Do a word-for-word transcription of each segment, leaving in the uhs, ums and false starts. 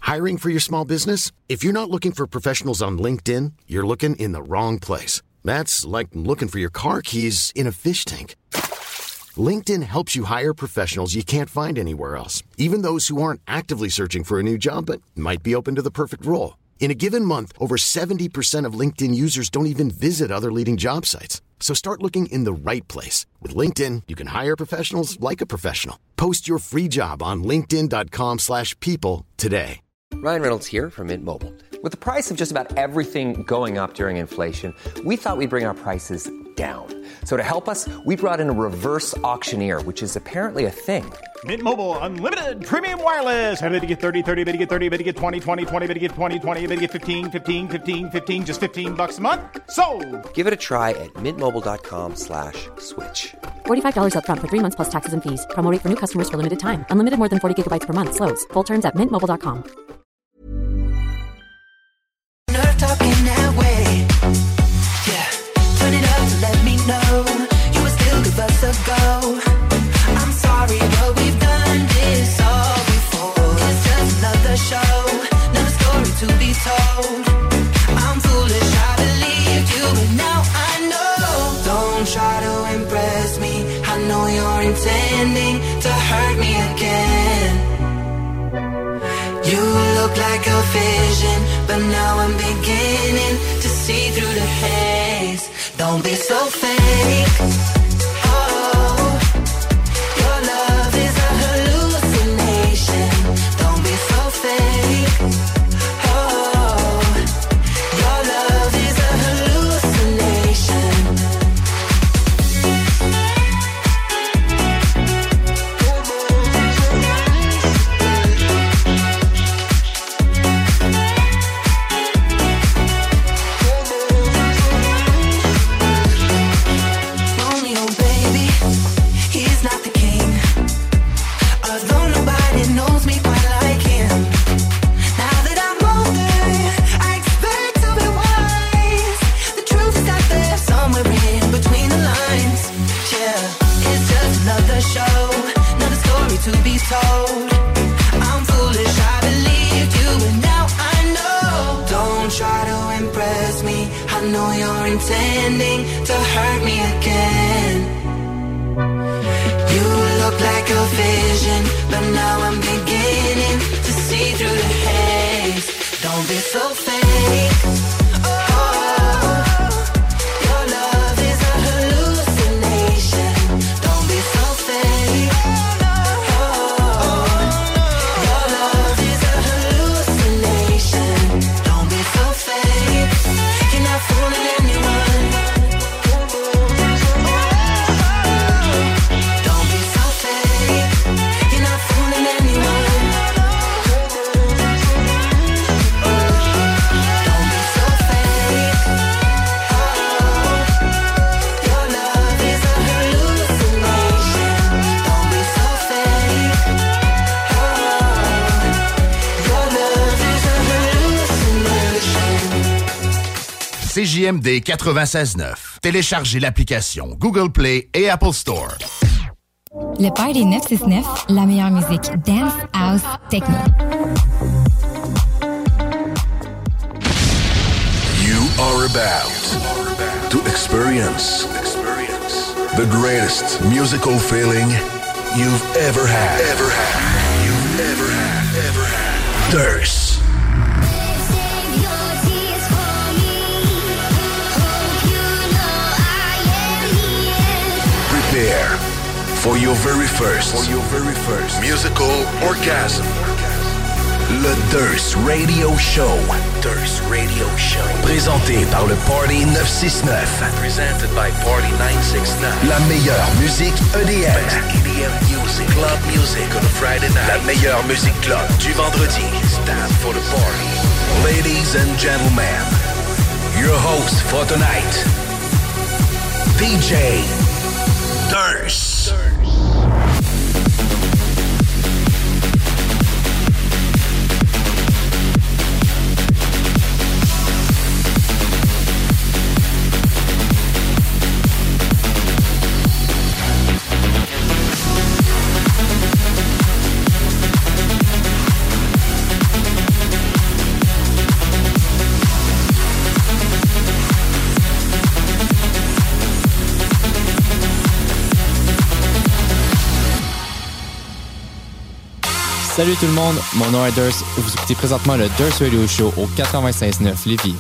Hiring for your small business? If you're not looking for professionals on LinkedIn, you're looking in the wrong place. That's like looking for your car keys in a fish tank. LinkedIn helps you hire professionals you can't find anywhere else, even those who aren't actively searching for a new job but might be open to the perfect role. In a given month, over seventy percent of LinkedIn users don't even visit other leading job sites. So start looking in the right place. With LinkedIn, you can hire professionals like a professional. Post your free job on linkedin.com slash people today. Ryan Reynolds here from Mint Mobile. With the price of just about everything going up during inflation, we thought we'd bring our prices down. So to help us, we brought in a reverse auctioneer, which is apparently a thing. Mint Mobile Unlimited Premium Wireless. How to get thirty, thirty, how to get thirty, how to get twenty, twenty, twenty, how to get twenty, twenty, how to get fifteen, fifteen, fifteen, fifteen, just fifteen bucks a month? Sold! Give it a try at mintmobile.com slash switch. forty-five dollars up front for three months plus taxes and fees. Promo rate for new customers for limited time. Unlimited more than forty gigabytes per month. Slows full terms at mint mobile dot com. Nerve talking that way. Yeah. Turn it up to let me know you would still give us a go. I'm sorry, but we've done this all before. It's just another show, another story to be told. I'm foolish, I believed you, but now I know. Don't try to impress me. I know you're intending to hurt me again. You look like a vision, but now I'm beginning to see through the haze. Don't be so fake. Oh, your love is a hallucination. Don't be so fake. Oh, your love is a hallucination. Romeo, baby, he's not the king. Although nobody knows me quite like him. Now that I'm older, I expect to be wise. The truth is out there somewhere in between the lines. Yeah, it's just another show, another story to be told. I'm foolish, I believed you, and now I know. Don't try to impress me. I know you're intending to hurt me again. You look like a vision, but now I'm beginning to see through the haze. Don't be so fake. Oh, your love is a hallucination. Don't be so fake. Oh, your love is a hallucination. Don't be so fake. You're not fooling anyone. Don't be so fake. You're not fooling anyone. Don't be so fake. Oh, your love is a hallucination. Don't be so fake. Oh, your love is a hallucination. C J M D quatre-vingt-seize neuf. Téléchargez l'application Google Play et Apple Store. Le Party neuf cent soixante-neuf, la meilleure musique dance, house, techno. You are about to experience the greatest musical feeling you've ever had. Ever had. You've ever had. Ever had. Thirst. Prepare for your very first, for your very first musical orgasm. Le Thirst Radio Show. Thirst Radio Show. Présenté par le Party neuf cent soixante-neuf. Presented by Party nine sixty-nine. La meilleure musique E D M. Best E D M music. Club music on a Friday night. La meilleure musique club du vendredi. It's time for the party. Ladies and gentlemen, your host for tonight, D J Thirst. Salut tout le monde, mon nom est Durst. Vous écoutez présentement le Durst Radio Show au quatre-vingt-seize neuf Lévis.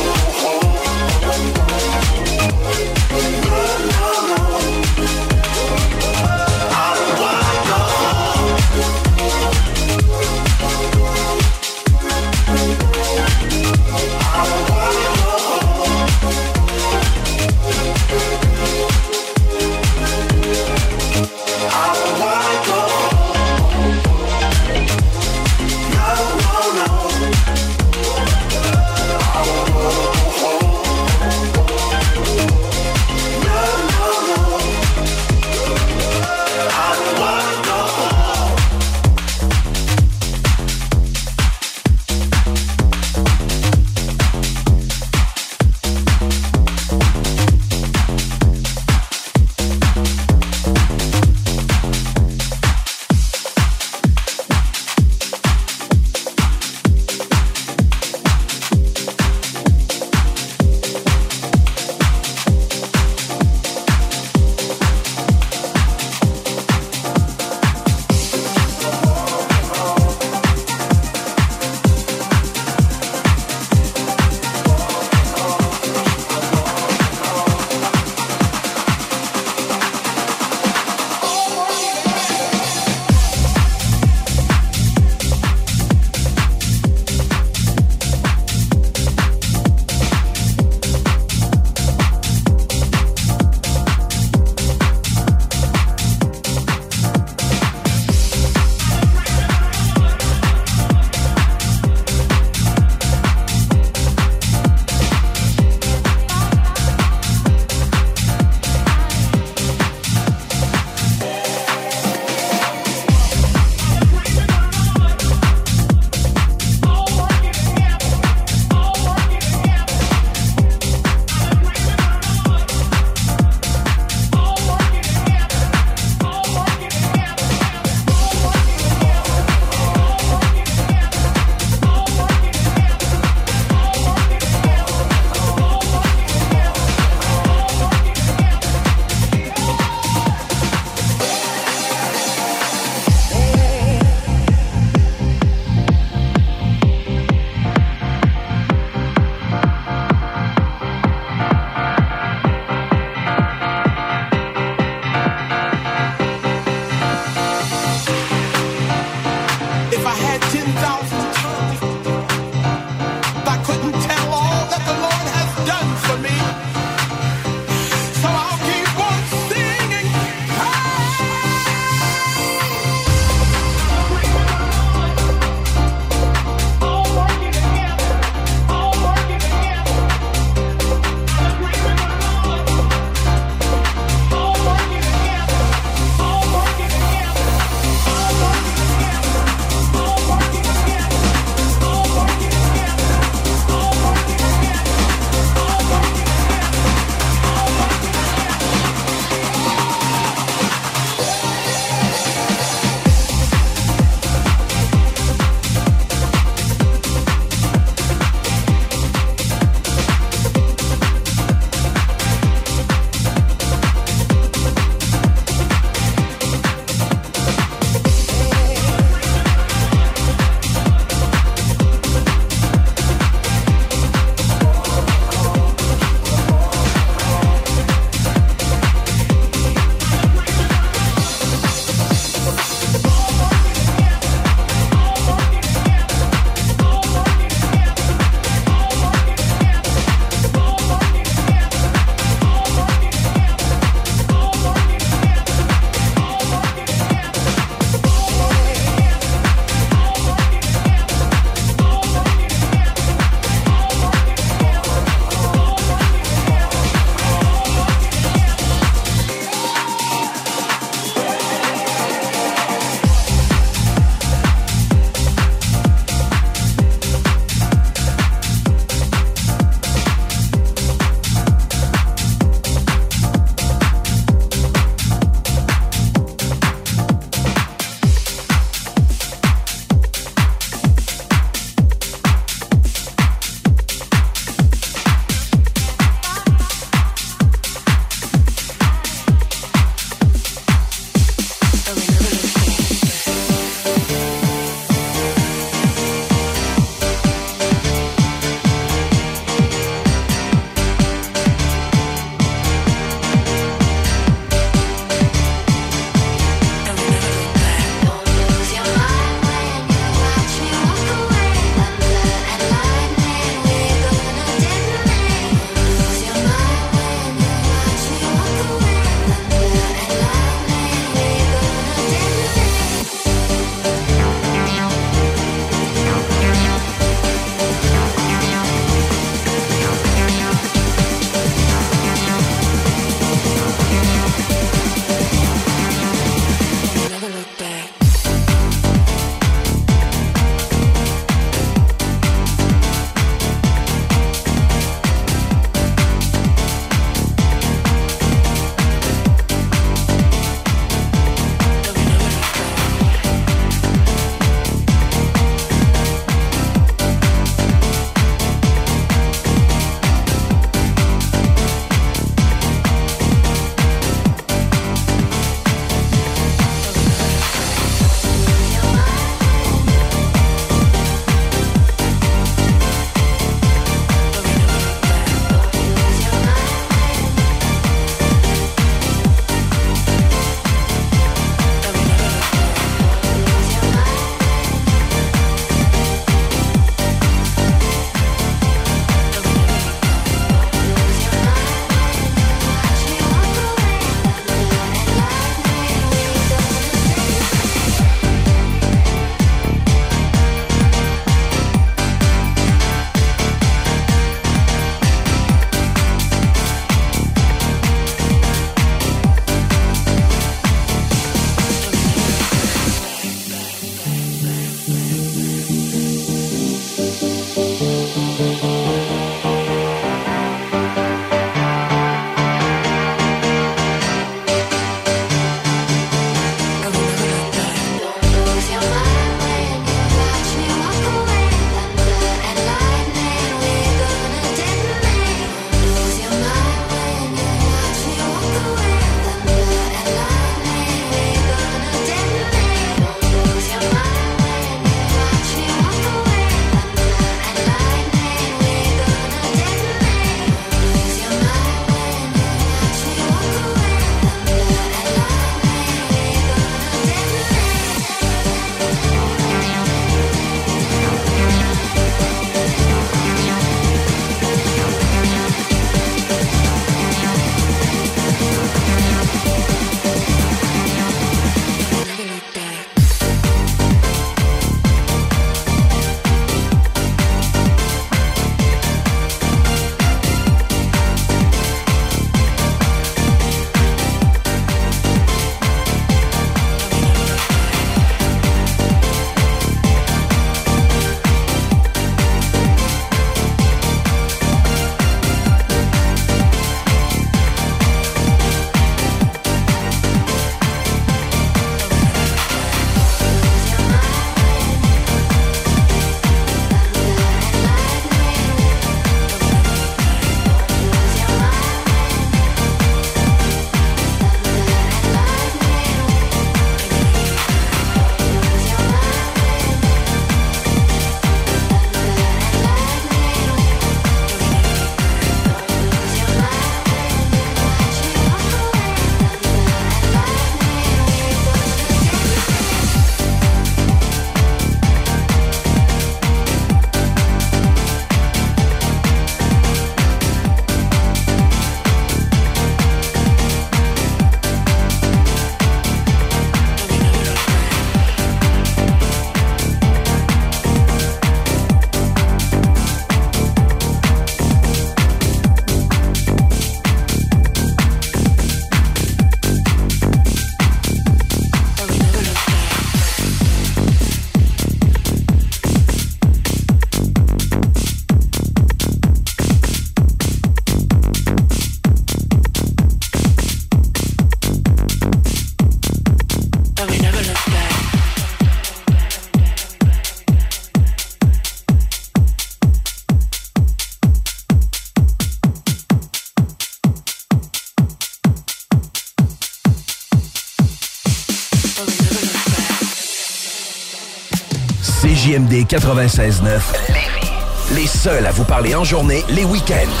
J M D quatre-vingt-seize neuf, Lévis. Les seuls à vous parler en journée, les week-ends.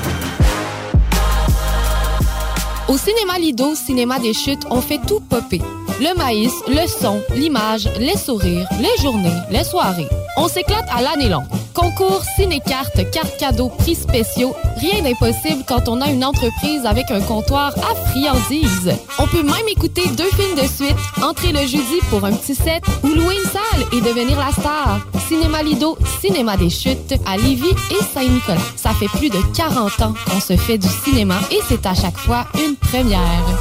Au Cinéma Lido, Cinéma des Chutes, on fait tout popper. Le maïs, le son, l'image, les sourires, les journées, les soirées. On s'éclate à l'année longue. Concours, ciné-cartes, cartes cadeaux, prix spéciaux, rien d'impossible quand on a une entreprise avec un comptoir à friandises. On peut même écouter deux films de suite, entrer le jeudi pour un petit set ou louer une salle et devenir la star. Cinéma Lido, Cinéma des Chutes, à Lévis et Saint-Nicolas. Ça fait plus de quarante ans qu'on se fait du cinéma et c'est à chaque fois une première.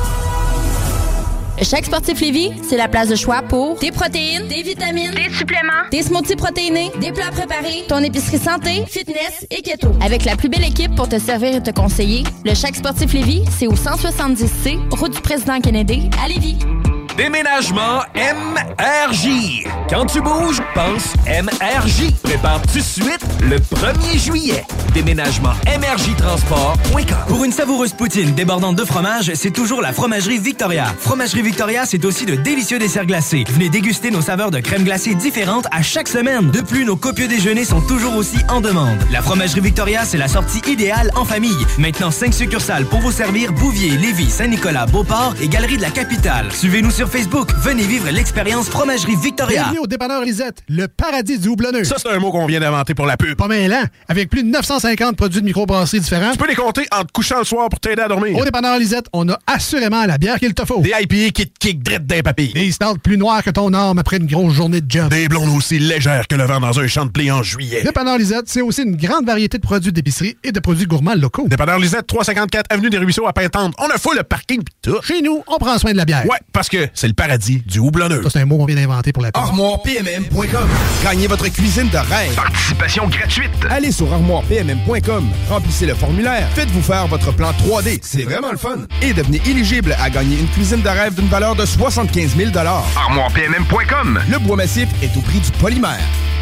Le Chèque Sportif Lévis, c'est la place de choix pour des protéines, des vitamines, des suppléments, des smoothies protéinés, des plats préparés, ton épicerie santé, fitness et keto. Avec la plus belle équipe pour te servir et te conseiller, le Chèque Sportif Lévis, c'est au cent soixante-dix C, route du Président Kennedy, à Lévis. Déménagement M R J. Quand tu bouges, pense M R J. Prépare tout de suite le premier juillet. Déménagement M R J transport point com. Pour une savoureuse poutine débordante de fromage, c'est toujours la Fromagerie Victoria. Fromagerie Victoria, c'est aussi de délicieux desserts glacés. Venez déguster nos saveurs de crème glacée différentes à chaque semaine. De plus, nos copieux déjeuners sont toujours aussi en demande. La Fromagerie Victoria, c'est la sortie idéale en famille. Maintenant, cinq succursales pour vous servir: Bouvier, Lévis, Saint-Nicolas, Beauport et Galerie de la Capitale. Suivez-nous sur Facebook. Venez vivre l'expérience Fromagerie Victoria. Bienvenue au dépanneur Lisette, le paradis du houblonneux. Ça, c'est un mot qu'on vient d'inventer pour la pub. Pas mal, hein? Avec plus de neuf cent cinquante produits de microbrasserie différents. Tu peux les compter en te couchant le soir pour t'aider à dormir. Au dépanneur Lisette, on a assurément la bière qu'il te faut. Des I P A qui te kick drette d'un papy. Des stouts plus noirs que ton arme après une grosse journée de job. Des blondes aussi légères que le vent dans un champ de blé en juillet. Dépanneur Lisette, c'est aussi une grande variété de produits d'épicerie et de produits gourmands locaux. Dépanneur Lisette, trois cent cinquante-quatre Avenue des Ruisseaux à Pintante. On a full le parking pis tout. Chez nous, on prend soin de la bière. Ouais, parce que c'est le paradis du houblonneux. Ça, c'est un mot qu'on vient d'inventer pour la pub. Armoire P M M point com. Gagnez votre cuisine de rêve. Participation gratuite. Allez sur armoire P M M point com. Remplissez le formulaire. Faites-vous faire votre plan trois D. C'est vraiment le fun. Et devenez éligible à gagner une cuisine de rêve d'une valeur de soixante-quinze mille dollars. armoire P M M point com. Le bois massif est au prix du polymère.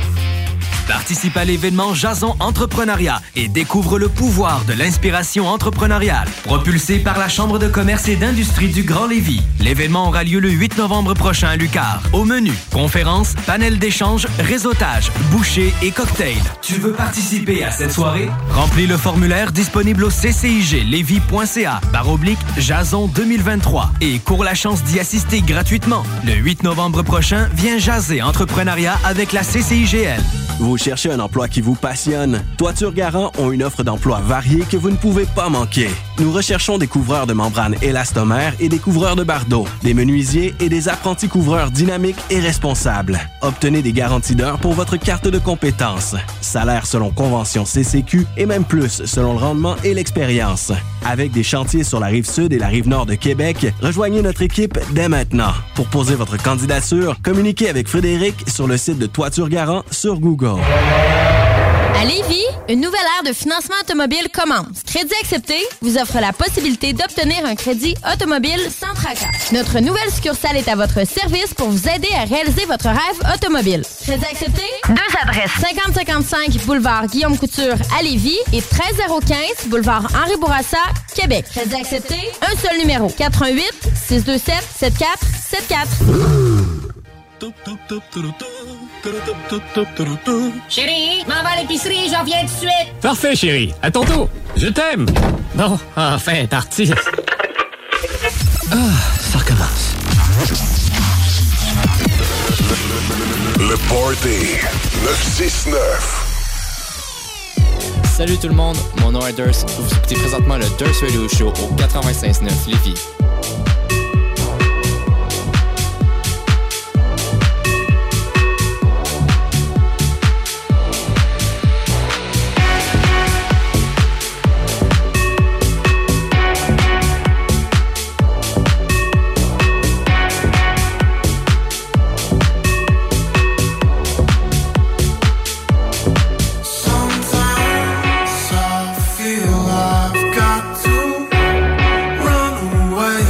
Participe à l'événement Jason Entrepreneuriat et découvre le pouvoir de l'inspiration entrepreneuriale. Propulsé par la Chambre de commerce et d'industrie du Grand Lévis. L'événement aura lieu le huit novembre prochain à Lucar. Au menu, conférences, panel d'échange, réseautage, bouchées et cocktails. Tu veux participer à cette soirée? Remplis le formulaire disponible au c c i g lévis point c a barre oblique Jason deux mille vingt-trois et cours la chance d'y assister gratuitement. Le huit novembre prochain, viens jaser entrepreneuriat avec la C C I G L. Vous cherchez un emploi qui vous passionne? Toiture Garant ont une offre d'emploi variée que vous ne pouvez pas manquer. Nous recherchons des couvreurs de membranes élastomères et des couvreurs de bardeaux, des menuisiers et des apprentis couvreurs dynamiques et responsables. Obtenez des garanties d'heures pour votre carte de compétences. Salaire selon convention C C Q et même plus selon le rendement et l'expérience. Avec des chantiers sur la rive sud et la rive nord de Québec, rejoignez notre équipe dès maintenant. Pour poser votre candidature, communiquez avec Frédéric sur le site de Toiture Garant sur Google. À Lévis, une nouvelle ère de financement automobile commence. Crédit Accepté vous offre la possibilité d'obtenir un crédit automobile sans tracas. Notre nouvelle succursale est à votre service pour vous aider à réaliser votre rêve automobile. Crédit Accepté, deux adresses. cinquante cinquante-cinq boulevard Guillaume Couture à Lévis et treize zéro quinze boulevard Henri Bourassa, Québec. Crédit Accepté, un seul numéro. quatre un huit, six deux sept, sept quatre sept quatre. Chérie, m'en va à l'épicerie, j'en viens tout de suite. Parfait, chérie. À tantôt. Je t'aime. Bon, enfin, parti. Ah, ça recommence. Le Party neuf six neuf. Salut tout le monde, mon nom est Durst. Vous écoutez présentement le Durst Radio Show au quatre-vingt-seize neuf Lévis. I've got to run away.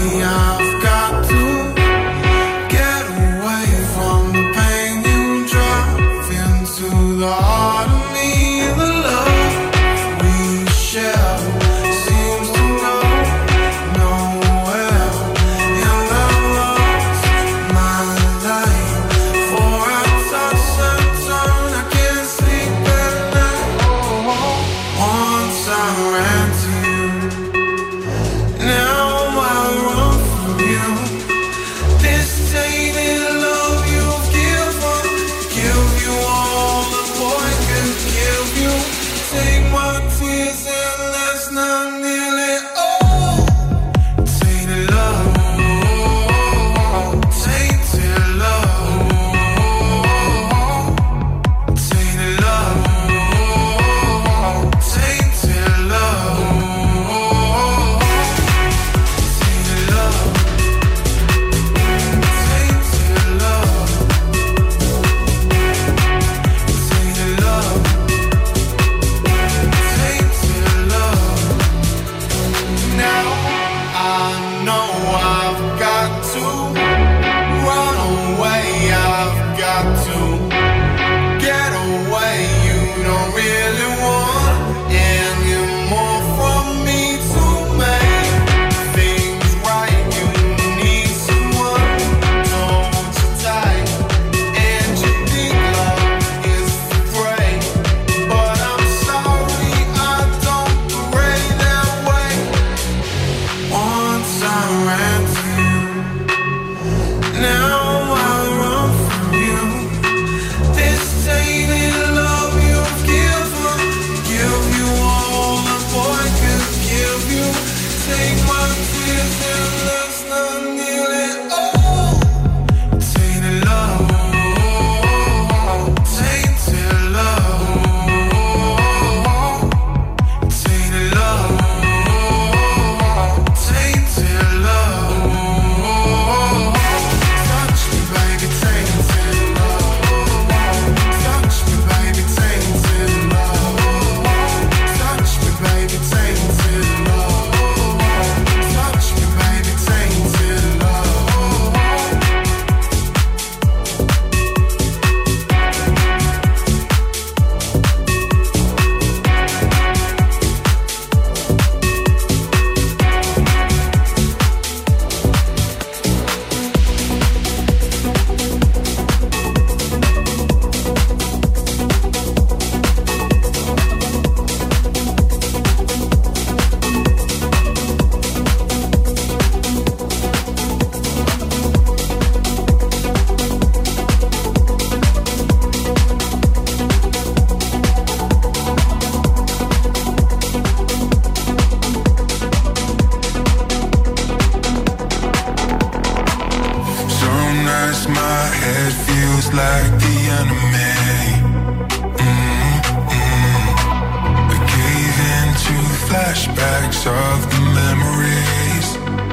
ran to you. Now I run from you. This tainted love you've given, give you all a boy could give you. Take my tears and let's not kneel it all. Tainted love, tainted love, tainted love, tainted love. Touch me, baby, tainted love. Touch me, baby, tainted love. Touch me, baby, tainted love. Touch me, baby, tainted love. Some nights my head feels like the enemy. Mm-mm. I gave into flashbacks of the memories.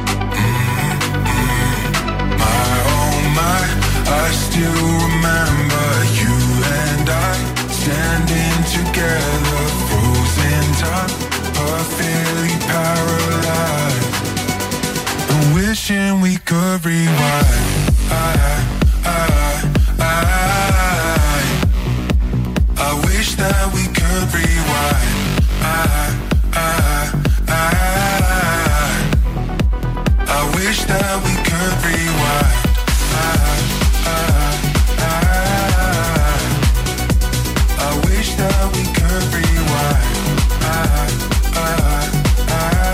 Mm-mm. My oh my, I still remember you and I standing together, frozen time, perfectly paralyzed. And wishing we could rewind. I, I, I, I wish that we could rewind. I, I, I, I wish that we could rewind. I, I, I, I wish that we could rewind. I, I, I,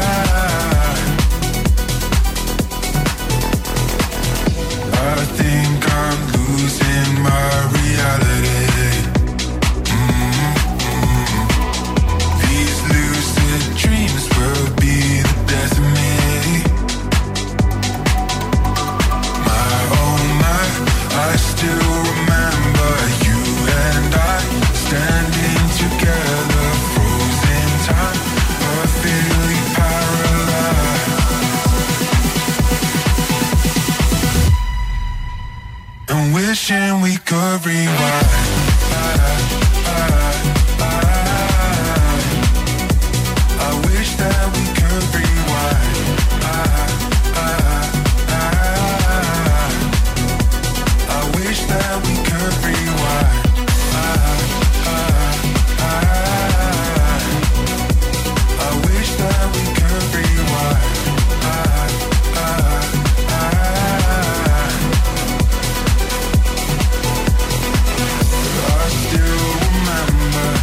I think I'm losing my reality. Mm-hmm. These lucid dreams will be the death of me. My oh my, I still remember you and I standing together, frozen time, perfectly paralyzed. And wishing we could rewind. I, I, I, I wish that we could rewind. I, I, I, I wish that we could rewind. I, I, I, I wish that we could rewind. I, I, I, I still remember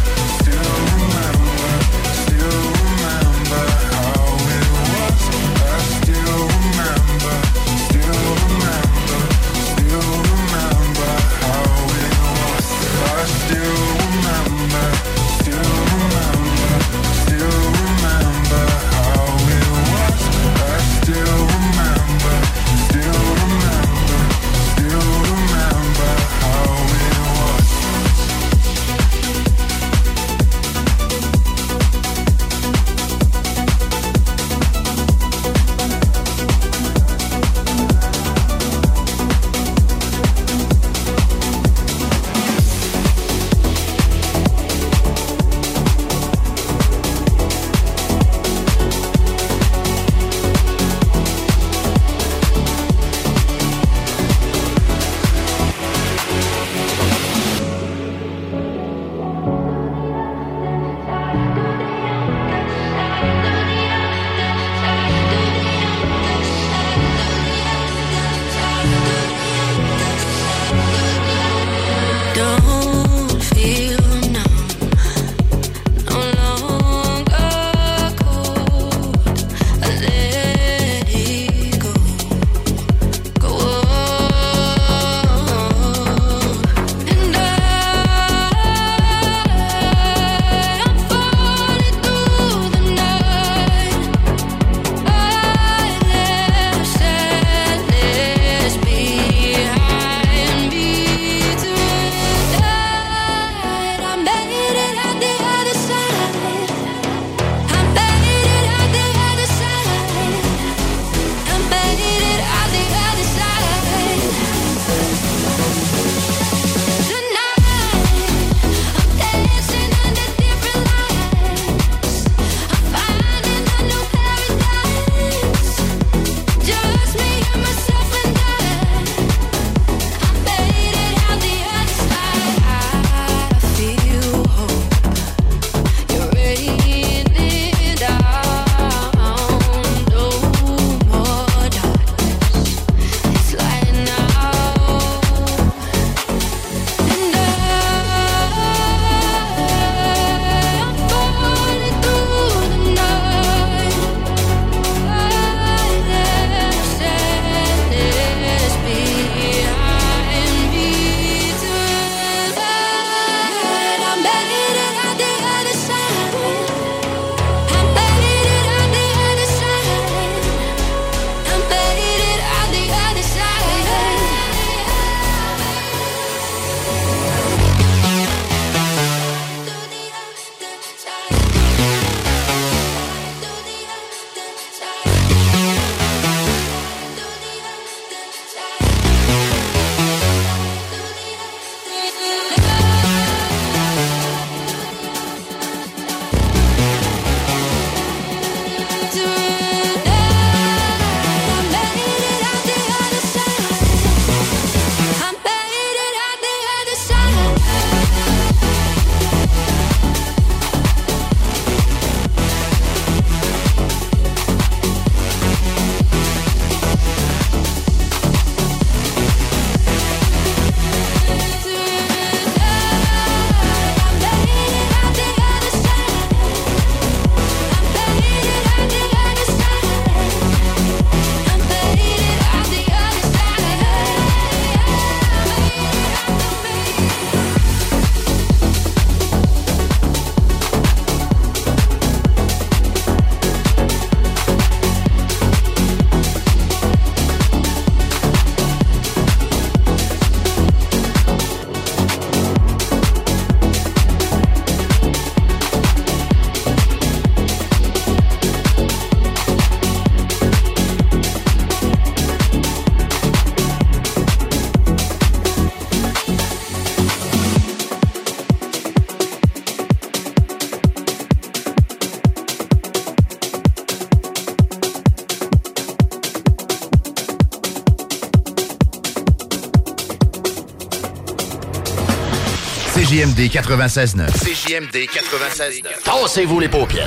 J M D quatre-vingt-seize neuf. C J M D quatre-vingt-seize neuf. Tassez-vous les paupières.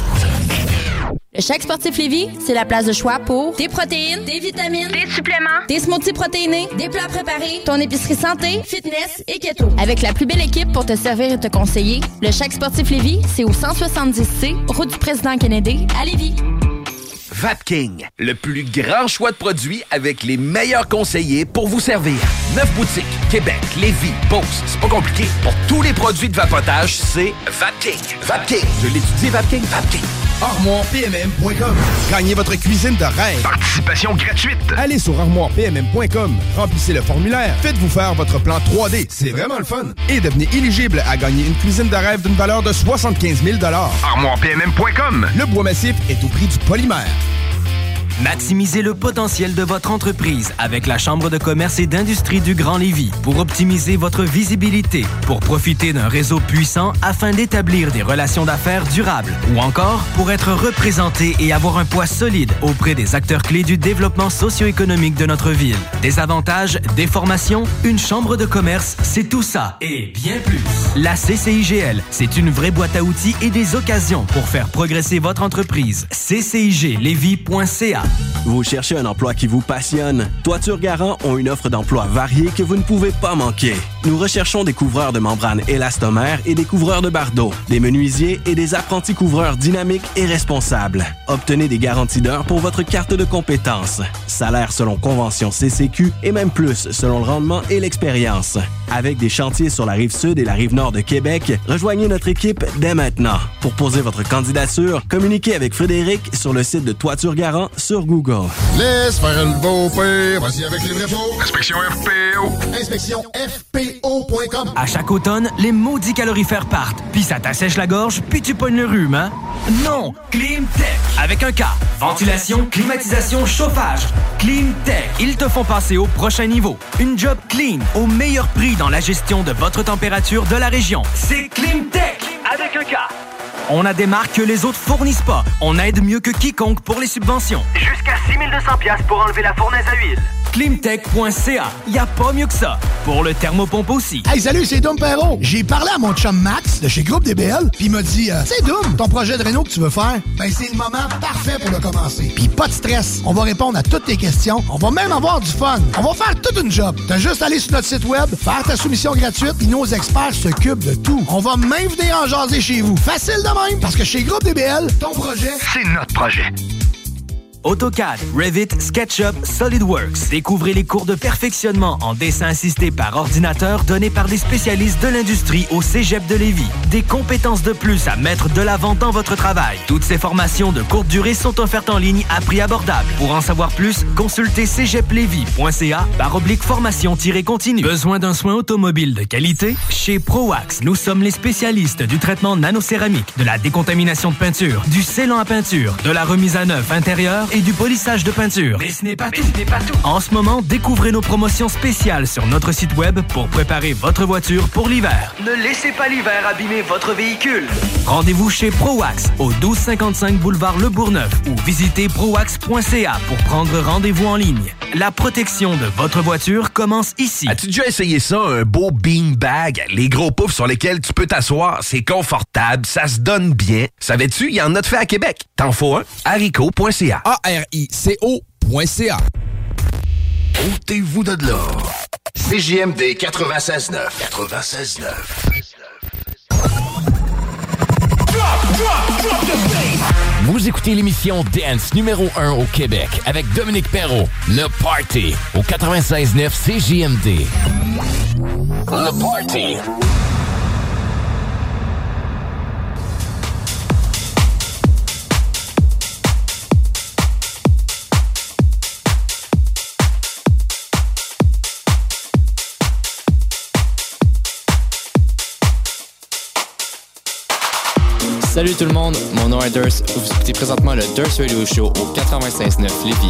Le Chèque Sportif Lévis, c'est la place de choix pour des protéines, des vitamines, des suppléments, des smoothies protéinés, des plats préparés, ton épicerie santé, fitness et keto. Avec la plus belle équipe pour te servir et te conseiller, le Chèque Sportif Lévis, c'est au cent soixante-dix C, route du président Kennedy, à Lévis. Vapking, le plus grand choix de produits avec les meilleurs conseillers pour vous servir. Neuf boutiques, Québec, Lévis, Beauce, c'est pas compliqué. Pour tous les produits de vapotage, c'est Vapking. Vapking, je l'étudie, Vapking, Vapking. armoire p m m point com. Gagnez votre cuisine de rêve. Participation gratuite. Allez sur armoire p m m point com. Remplissez le formulaire. Faites-vous faire votre plan trois D. C'est vraiment le fun. Et devenez éligible à gagner une cuisine de rêve d'une valeur de soixante-quinze mille dollars. armoire p m m point com. Le bois massif est au prix du polymère. Maximisez le potentiel de votre entreprise avec la Chambre de commerce et d'industrie du Grand Lévis pour optimiser votre visibilité, pour profiter d'un réseau puissant afin d'établir des relations d'affaires durables ou encore pour être représenté et avoir un poids solide auprès des acteurs clés du développement socio-économique de notre ville. Des avantages, des formations, une chambre de commerce, c'est tout ça et bien plus. La C C I G L, c'est une vraie boîte à outils et des occasions pour faire progresser votre entreprise. c c i g lévis point c a. Vous cherchez un emploi qui vous passionne? Toiture Garant ont une offre d'emploi variée que vous ne pouvez pas manquer. Nous recherchons des couvreurs de membranes élastomères et des couvreurs de bardeaux, des menuisiers et des apprentis couvreurs dynamiques et responsables. Obtenez des garanties d'heures pour votre carte de compétences. Salaire selon convention C C Q et même plus selon le rendement et l'expérience. Avec des chantiers sur la rive sud et la rive nord de Québec, rejoignez notre équipe dès maintenant. Pour poser votre candidature, communiquez avec Frédéric sur le site de Toiture Garant sur Google. Laisse faire le beau père, voici avec les vrais faux. Inspection F P O. Inspection F P O point com. À chaque automne, les maudits calorifères partent, puis ça t'assèche la gorge, puis tu pognes le rhume, hein? Non! Climtech! Avec un K. Ventilation, climatisation, chauffage. Climtech. Ils te font passer au prochain niveau. Une job clean, au meilleur prix dans la gestion de votre température de la région. C'est Climtech! Avec un K. On a des marques que les autres fournissent pas. On aide mieux que quiconque pour les subventions. Jusqu'à six mille deux cents dollars pour enlever la fournaise à huile. Climtech point c a. Y a pas mieux que ça. Pour le thermopompe aussi. Hey, salut, c'est Dom Perrault. J'ai parlé à mon chum Max de chez Groupe D B L, puis il m'a dit euh, c'est Dom, ton projet de réno que tu veux faire, ben c'est le moment parfait pour le commencer. Puis pas de stress. On va répondre à toutes tes questions. On va même avoir du fun. On va faire toute une job. T'as juste à aller sur notre site web, faire ta soumission gratuite, puis nos experts s'occupent de tout. On va même venir en jaser chez vous. Facile de même, parce que chez Groupe D B L, ton projet, c'est notre projet. AutoCAD, Revit, SketchUp, SolidWorks. Découvrez les cours de perfectionnement en dessin assisté par ordinateur donnés par des spécialistes de l'industrie au Cégep de Lévis. Des compétences de plus à mettre de l'avant dans votre travail. Toutes ces formations de courte durée sont offertes en ligne à prix abordable. Pour en savoir plus, consultez cégep lévis point c a par oblique formation-continue. Besoin d'un soin automobile de qualité? Chez ProWax, nous sommes les spécialistes du traitement nanocéramique, de la décontamination de peinture, du scellant à peinture, de la remise à neuf intérieure et du polissage de peinture. Mais ce n'est pas, tout. Ce n'est pas tout. En ce moment, découvrez nos promotions spéciales sur notre site web pour préparer votre voiture pour l'hiver. Ne laissez pas l'hiver abîmer votre véhicule. Rendez-vous chez ProWax au douze cinquante-cinq boulevard Le Bourgneuf ou visitez prowax point c a pour prendre rendez-vous en ligne. La protection de votre voiture commence ici. As-tu déjà essayé ça, un beau beanbag? Les gros poufs sur lesquels tu peux t'asseoir, c'est confortable, ça se donne bien. Savais-tu, il y en a de fait à Québec. T'en faut un? haricot point c a. A R I C O point C A. Ôtez-vous de là. C J M D quatre-vingt-seize neuf. quatre-vingt-seize neuf. Vous écoutez l'émission Dance numéro un au Québec avec Dominique Perrault. Le Party au quatre-vingt-seize neuf C J M D. Le Party. Salut tout le monde, mon nom est Durst. Vous écoutez présentement le Durst Radio Show au quatre-vingt-seize neuf Lévis.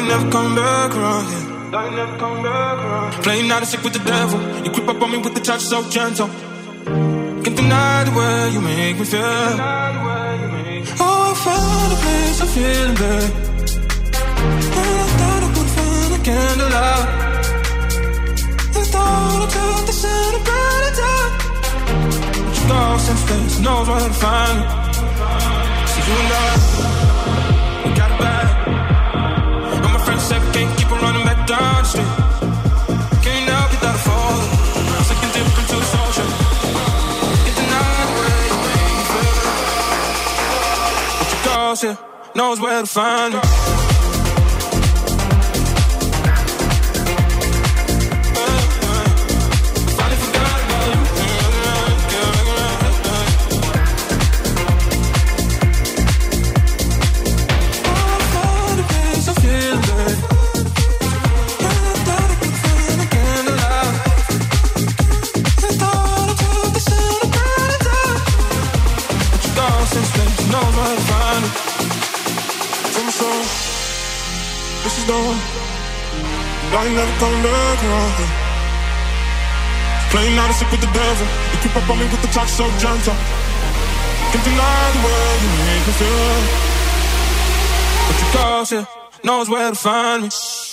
you never come back around here. Thought you never come back around here. Playing out of sick with the devil. You creep up on me with the touch so gentle. Can't deny the way you make me feel. Oh, I found a place I'm feeling good. And I thought I could find a candlelight. I thought I took the sun and brought it down. But you go since face knows where to find me. See you and I, we got it back. And my friends said we can't keep on running back down the street. Can't help it that I fall. I'm sinking deep into the ocean. Can't deny the way you make me feel. But you go here knows where to find me. I ain't never come back around here. Playing out of sick with the devil. You creep up on me with the touch so gentle. Can't deny the way you make me feel. But you go here knows where to find me.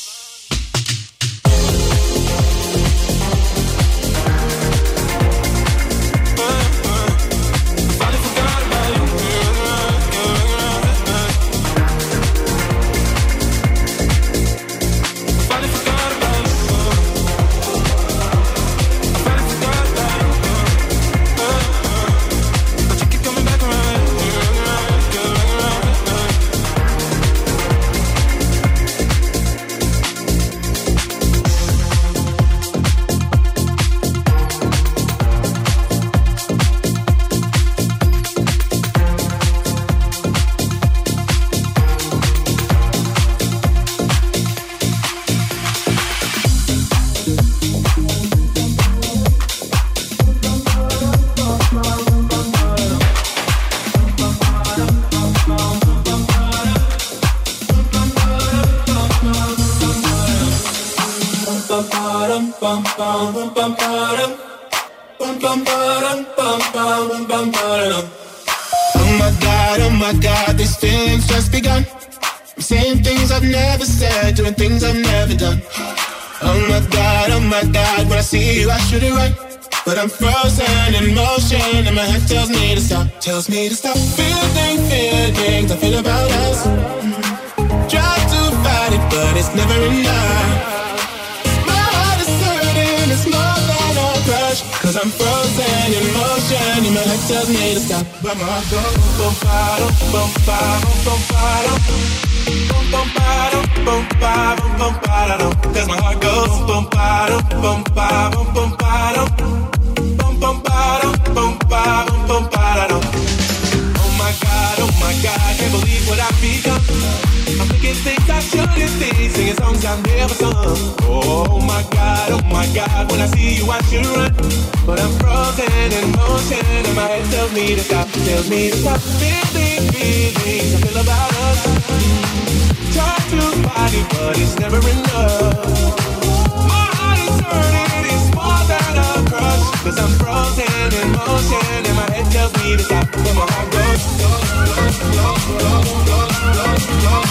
Oh my God, oh my God, these feelings just begun. I'm saying things I've never said, doing things I've never done. Oh my God, oh my God, when I see you I should it right, but I'm frozen in motion and my head tells me to stop, tells me to stop. Feeling, feelings I feel about us. Try to fight it, but it's never enough. Cause I'm frozen in motion and my head tells me to stop, but my heart goes boom, bottom, boom, bottom, boom, bottom, boom, boom, bottom, boom, bottom, boom, bottom. Cause my heart goes boom, bottom, boom, bottom, boom, bottom, boom, boom, bottom, boom, bottom, boom, bottom. Oh my God, oh my God, can't believe what I've become. I'm thinking things I shouldn't be, singing songs I've never sung. Oh my God, oh my God, when I see you I should run, but I'm frozen in motion and my head tells me to stop, tells me to stop. Feeling, feelings I feel about us. Try to fight it, but it's never enough. My heart is hurting, it's more than a crush. Cause I'm frozen in motion and my head tells me to stop, but my heart goes, goes, goes, goes, goes, goes, goes, goes.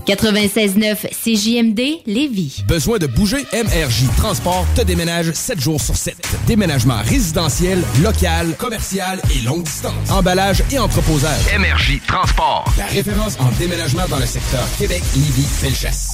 quatre-vingt-seize neuf C J M D Lévis. Besoin de bouger? M R J Transport te déménage sept jours sur sept. Déménagement résidentiel, local, commercial et longue distance. Emballage et entreposage. M R J Transport. La référence en déménagement dans le secteur Québec, Lévis, Felchasse.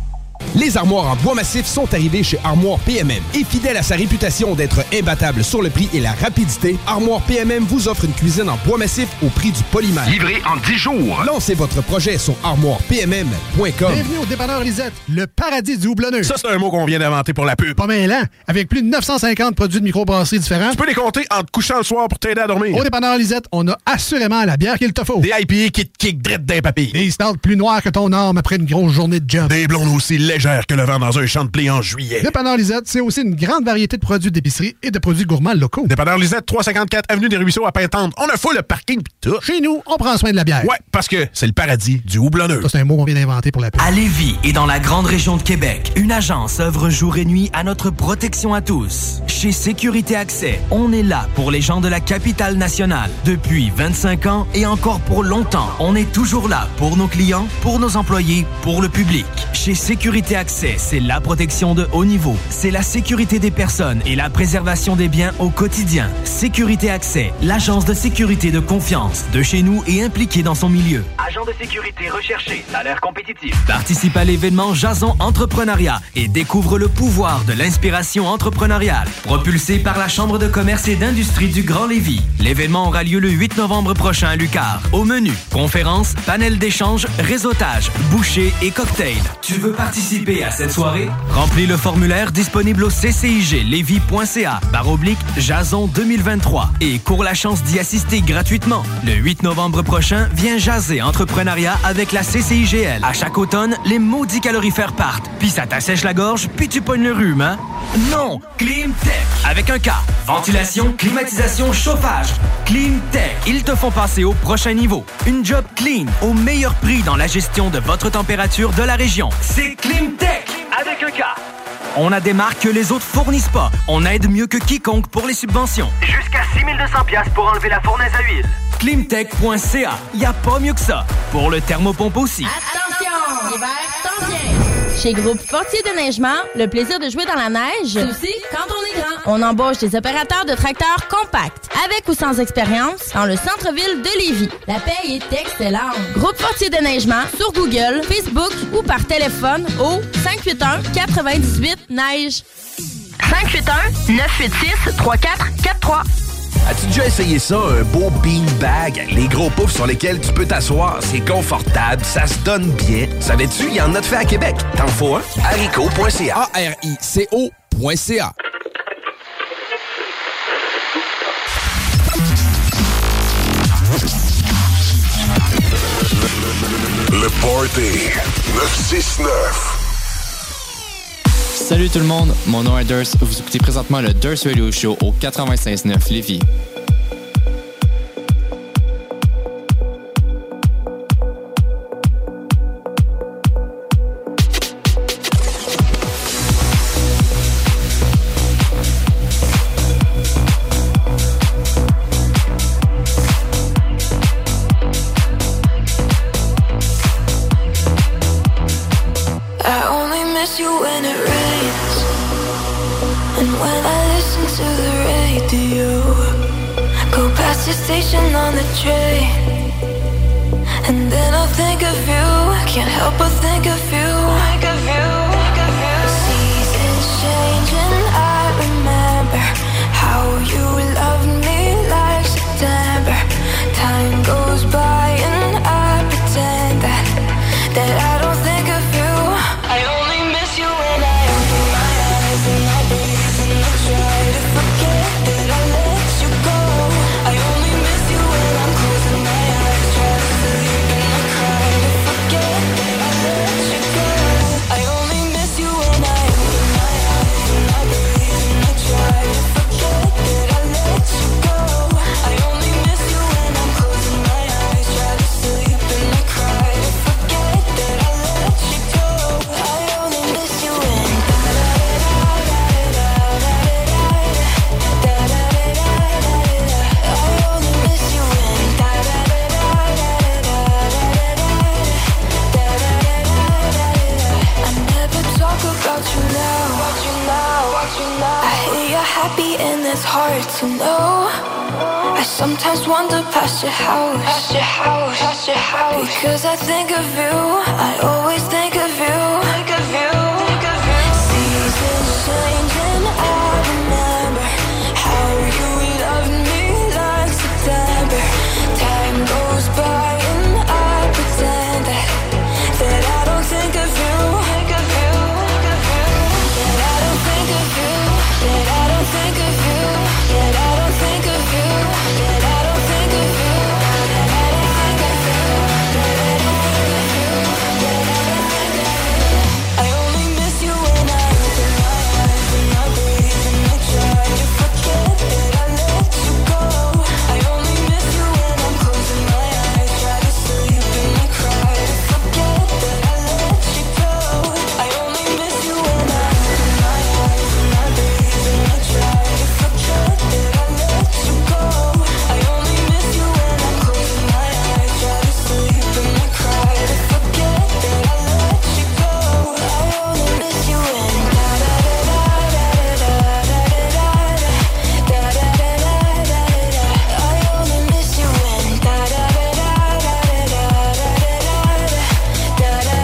Les armoires en bois massif sont arrivées chez Armoire P M M. Et fidèle à sa réputation d'être imbattable sur le prix et la rapidité, Armoire P M M vous offre une cuisine en bois massif au prix du polymère. Livré en dix jours. Lancez votre projet sur armoire p m m point com. Bienvenue au dépanneur Lisette, le paradis du houblonneux. Ça, c'est un mot qu'on vient d'inventer pour la pub. Pas mêlant. Avec plus de neuf cent cinquante produits de microbrasserie différents. Tu peux les compter en te couchant le soir pour t'aider à dormir. Au dépanneur Lisette, on a assurément la bière qu'il te faut. Des I P A qui te kick drette d'un papier. Des stouts plus noirs que ton arme après une grosse journée de job. Des blondes aussi légères que le vent dans un champ de blé en juillet. Dépanneur Lisette, c'est aussi une grande variété de produits d'épicerie et de produits gourmands locaux. Dépanneur Lisette, trois cent cinquante-quatre Avenue des Ruisseaux à Pintante. On a full le parking pis tout. Chez nous, on prend soin de la bière. Ouais, parce que c'est le paradis du houblonneux. Ça, c'est un mot qu'on vient d'inventer pour la pub. À Lévis et dans la grande région de Québec, une agence œuvre jour et nuit à notre protection à tous. Chez Sécurité Accès, on est là pour les gens de la capitale nationale. Depuis vingt-cinq ans et encore pour longtemps, on est toujours là pour nos clients, pour nos employés, pour le public. Chez Sécurité Accès, c'est la protection de haut niveau. C'est la sécurité des personnes et la préservation des biens au quotidien. Sécurité Accès, l'agence de sécurité de confiance de chez nous et impliquée dans son milieu. Agent de sécurité recherché, salaire compétitif. Participe à l'événement Jason Entrepreneuriat et découvre le pouvoir de l'inspiration entrepreneuriale. Propulsé par la Chambre de commerce et d'industrie du Grand Lévis. L'événement aura lieu le huit novembre prochain à Lucar. Au menu, conférences, panel d'échange, réseautage, bouchées et cocktails. Tu veux participer à cette soirée? Remplis le formulaire disponible au c c i g lévis point c a barre oblique Jason deux mille vingt-trois et cours la chance d'y assister gratuitement. Le huit novembre prochain, viens jaser entrepreneuriat avec la C C I G L. À chaque automne, les maudits calorifères partent. Puis ça t'assèche la gorge, puis tu pognes le rhume, hein? Non! Climtech! Avec un K. Ventilation, climatisation, chauffage. Climtech. Ils te font passer au prochain niveau. Une job clean, au meilleur prix dans la gestion de votre température de la région. C'est Climtech! Avec un K. On a des marques que les autres fournissent pas. On aide mieux que quiconque pour les subventions. Jusqu'à six mille deux cents dollars pour enlever la fournaise à huile. Climtech point c a. Y a pas mieux que ça. Pour le thermopompe aussi. Attention! L'hiver s'en vient! Chez Groupe Fortier Déneigement, le plaisir de jouer dans la neige, c'est aussi quand on est grand. On embauche des opérateurs de tracteurs compacts, avec ou sans expérience, dans le centre-ville de Lévis. La paye est excellente. Groupe Fortier Déneigement sur Google, Facebook ou par téléphone au cinq huit un, quatre huit, neige. cinq huit un, neuf huit six, trois quatre quatre trois. As-tu déjà essayé ça, un beau beanbag? Les gros poufs sur lesquels tu peux t'asseoir, c'est confortable, ça se donne bien. Savais-tu, il y en a de fait à Québec. T'en faut un? haricot point c a. A R I C O point C A. Le Party neuf six neuf. Salut tout le monde, mon nom est Durst. Vous écoutez présentement le Durst Radio Show au quatre-vingt-seize neuf Lévis. Station on the train, and then I'll think of you. Can't help but think of you. Think of you. Think of you. Seasons change and I remember how you loved me like September. Time goes by and I pretend that that I don't think of you. I only miss you when I open my eyes and I breathe and I try to forget that I let you go. I only miss you when I'm closing my eyes, try to sleep and I cry to forget that I let you go. I only miss you when I open my eyes. happy and it's hard to know. I sometimes wander past your house, past your house, past your house. Because I think of you, I always think of you, think of you, think of you. Seasons change and I remember how you loved me like September. Time goes by and I pretend that, that I don't think of you, think of you, think of you. That I don't think of you, that I don't think of you, that I don't think of you, that I don't think of you, that I don't think of you, that I don't think of you, that I don't think of you. I only miss you when I open my eyes and I breathe and I try to forget that I let you go. I only miss you when I'm closing my eyes, try to sleep and I cry to forget that I let you go. I only miss you when I open my eyes and I breathe and I try to forget that I let you go. I only miss you when I'm closing my eyes, try to sleep and I cry to forget that I let you go. I only miss you when da da da da da da da da da da da da da da. I only miss you when da da da da da da da da da da da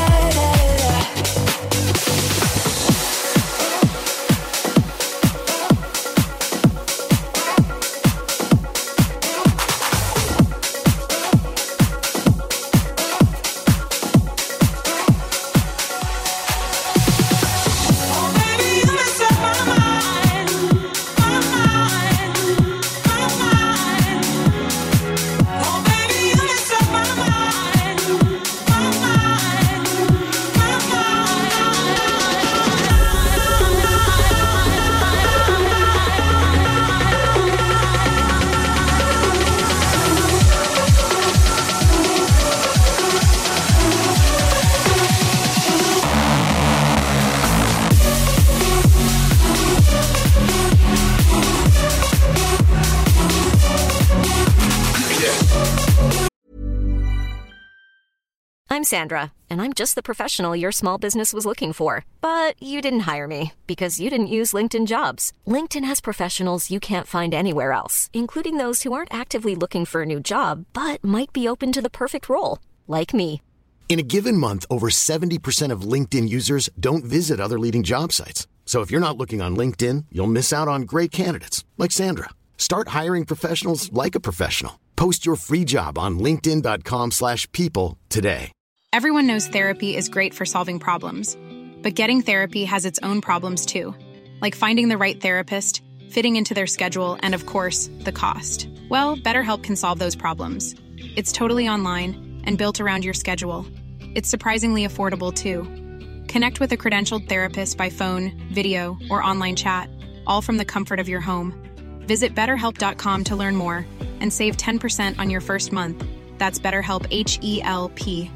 I'm Sandra, and I'm just the professional your small business was looking for. But you didn't hire me because you didn't use LinkedIn Jobs. LinkedIn has professionals you can't find anywhere else, including those who aren't actively looking for a new job, but might be open to the perfect role, like me. In a given month, over seventy percent of LinkedIn users don't visit other leading job sites. So if you're not looking on LinkedIn, you'll miss out on great candidates like Sandra. Start hiring professionals like a professional. Post your free job on linkedin dot com slash people today. Everyone knows therapy is great for solving problems, but getting therapy has its own problems too, like finding the right therapist, fitting into their schedule, and of course, the cost. Well, BetterHelp can solve those problems. It's totally online and built around your schedule. It's surprisingly affordable too. Connect with a credentialed therapist by phone, video, or online chat, all from the comfort of your home. Visit better help dot com to learn more and save ten percent on your first month. That's BetterHelp, H E L P.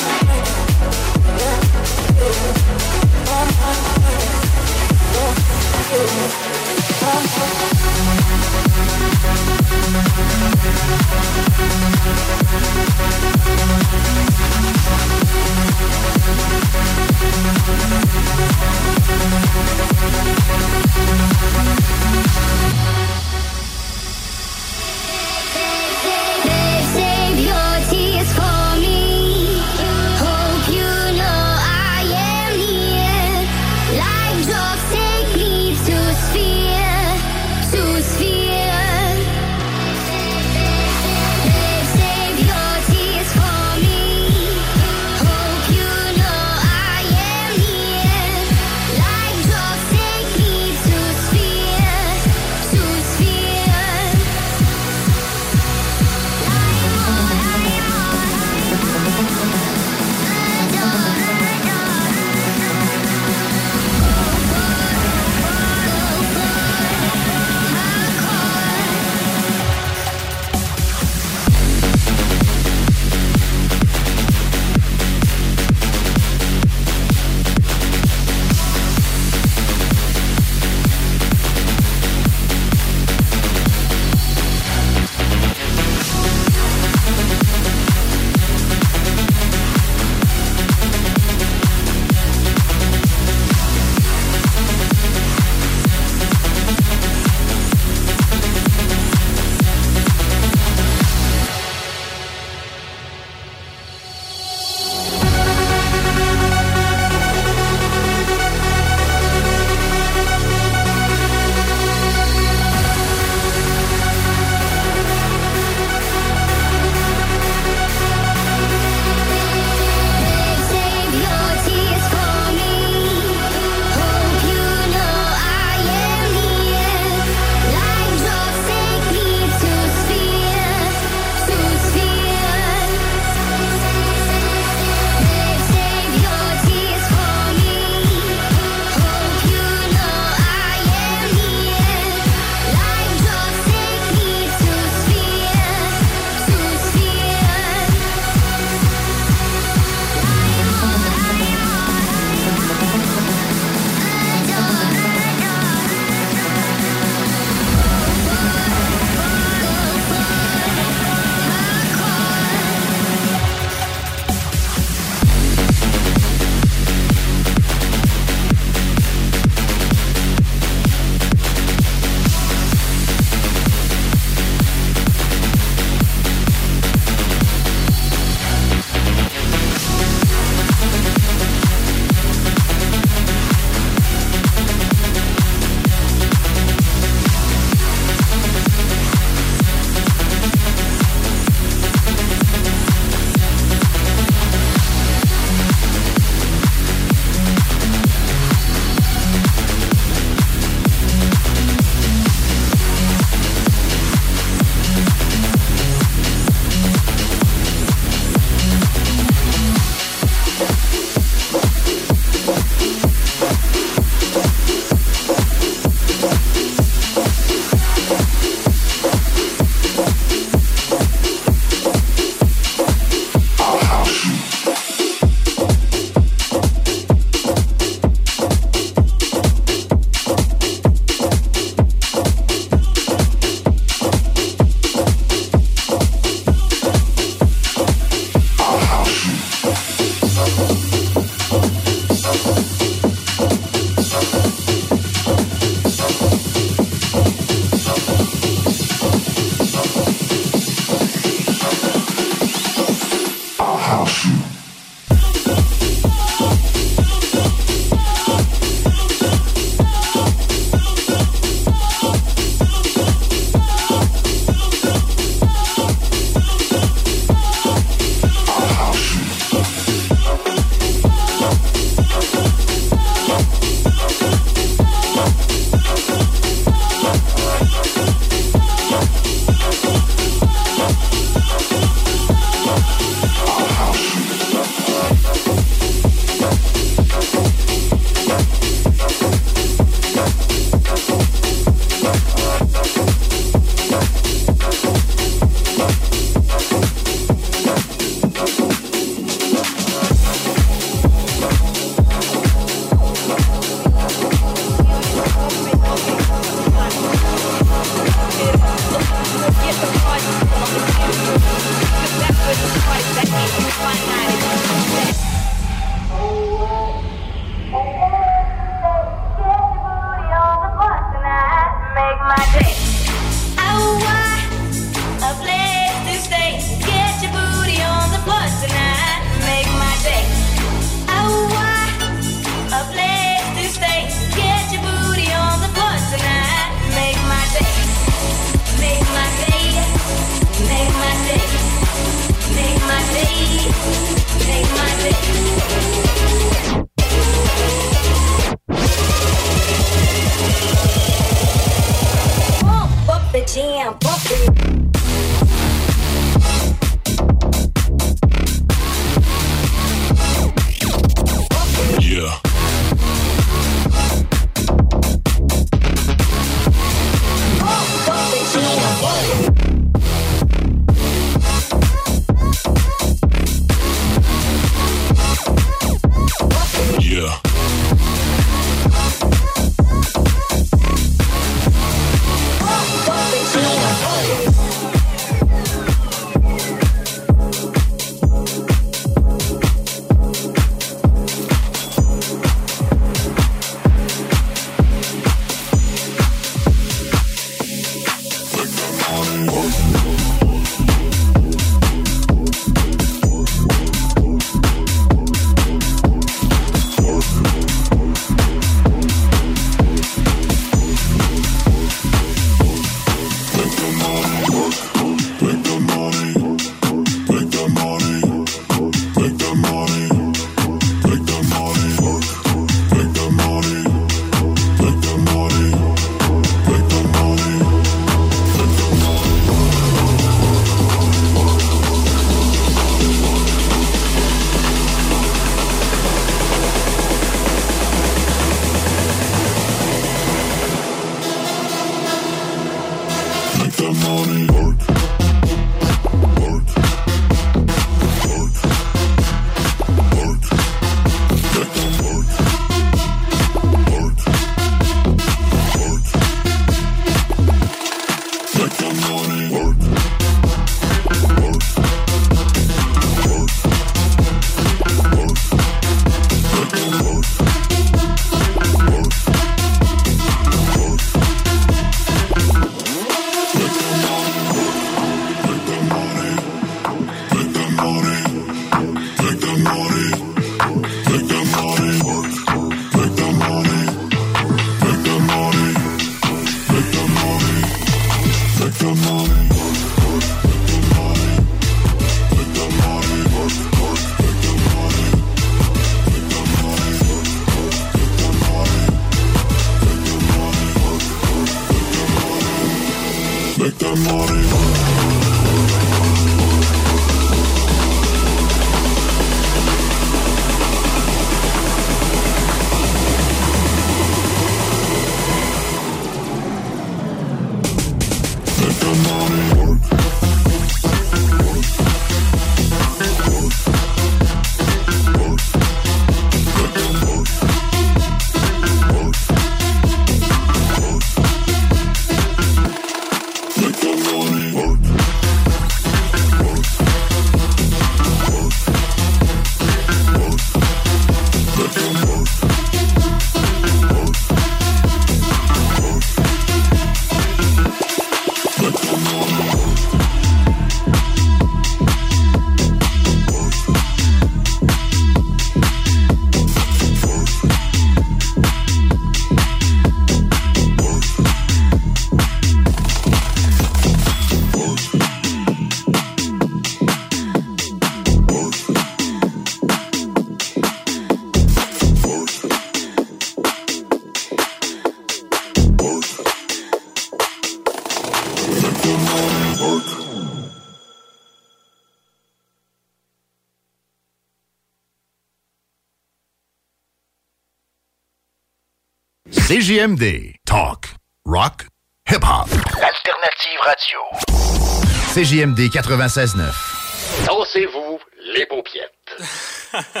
C J M D. Talk. Rock. Hip-hop. Alternative radio. C J M D quatre-vingt-seize neuf. Dansez-vous les paupiètes.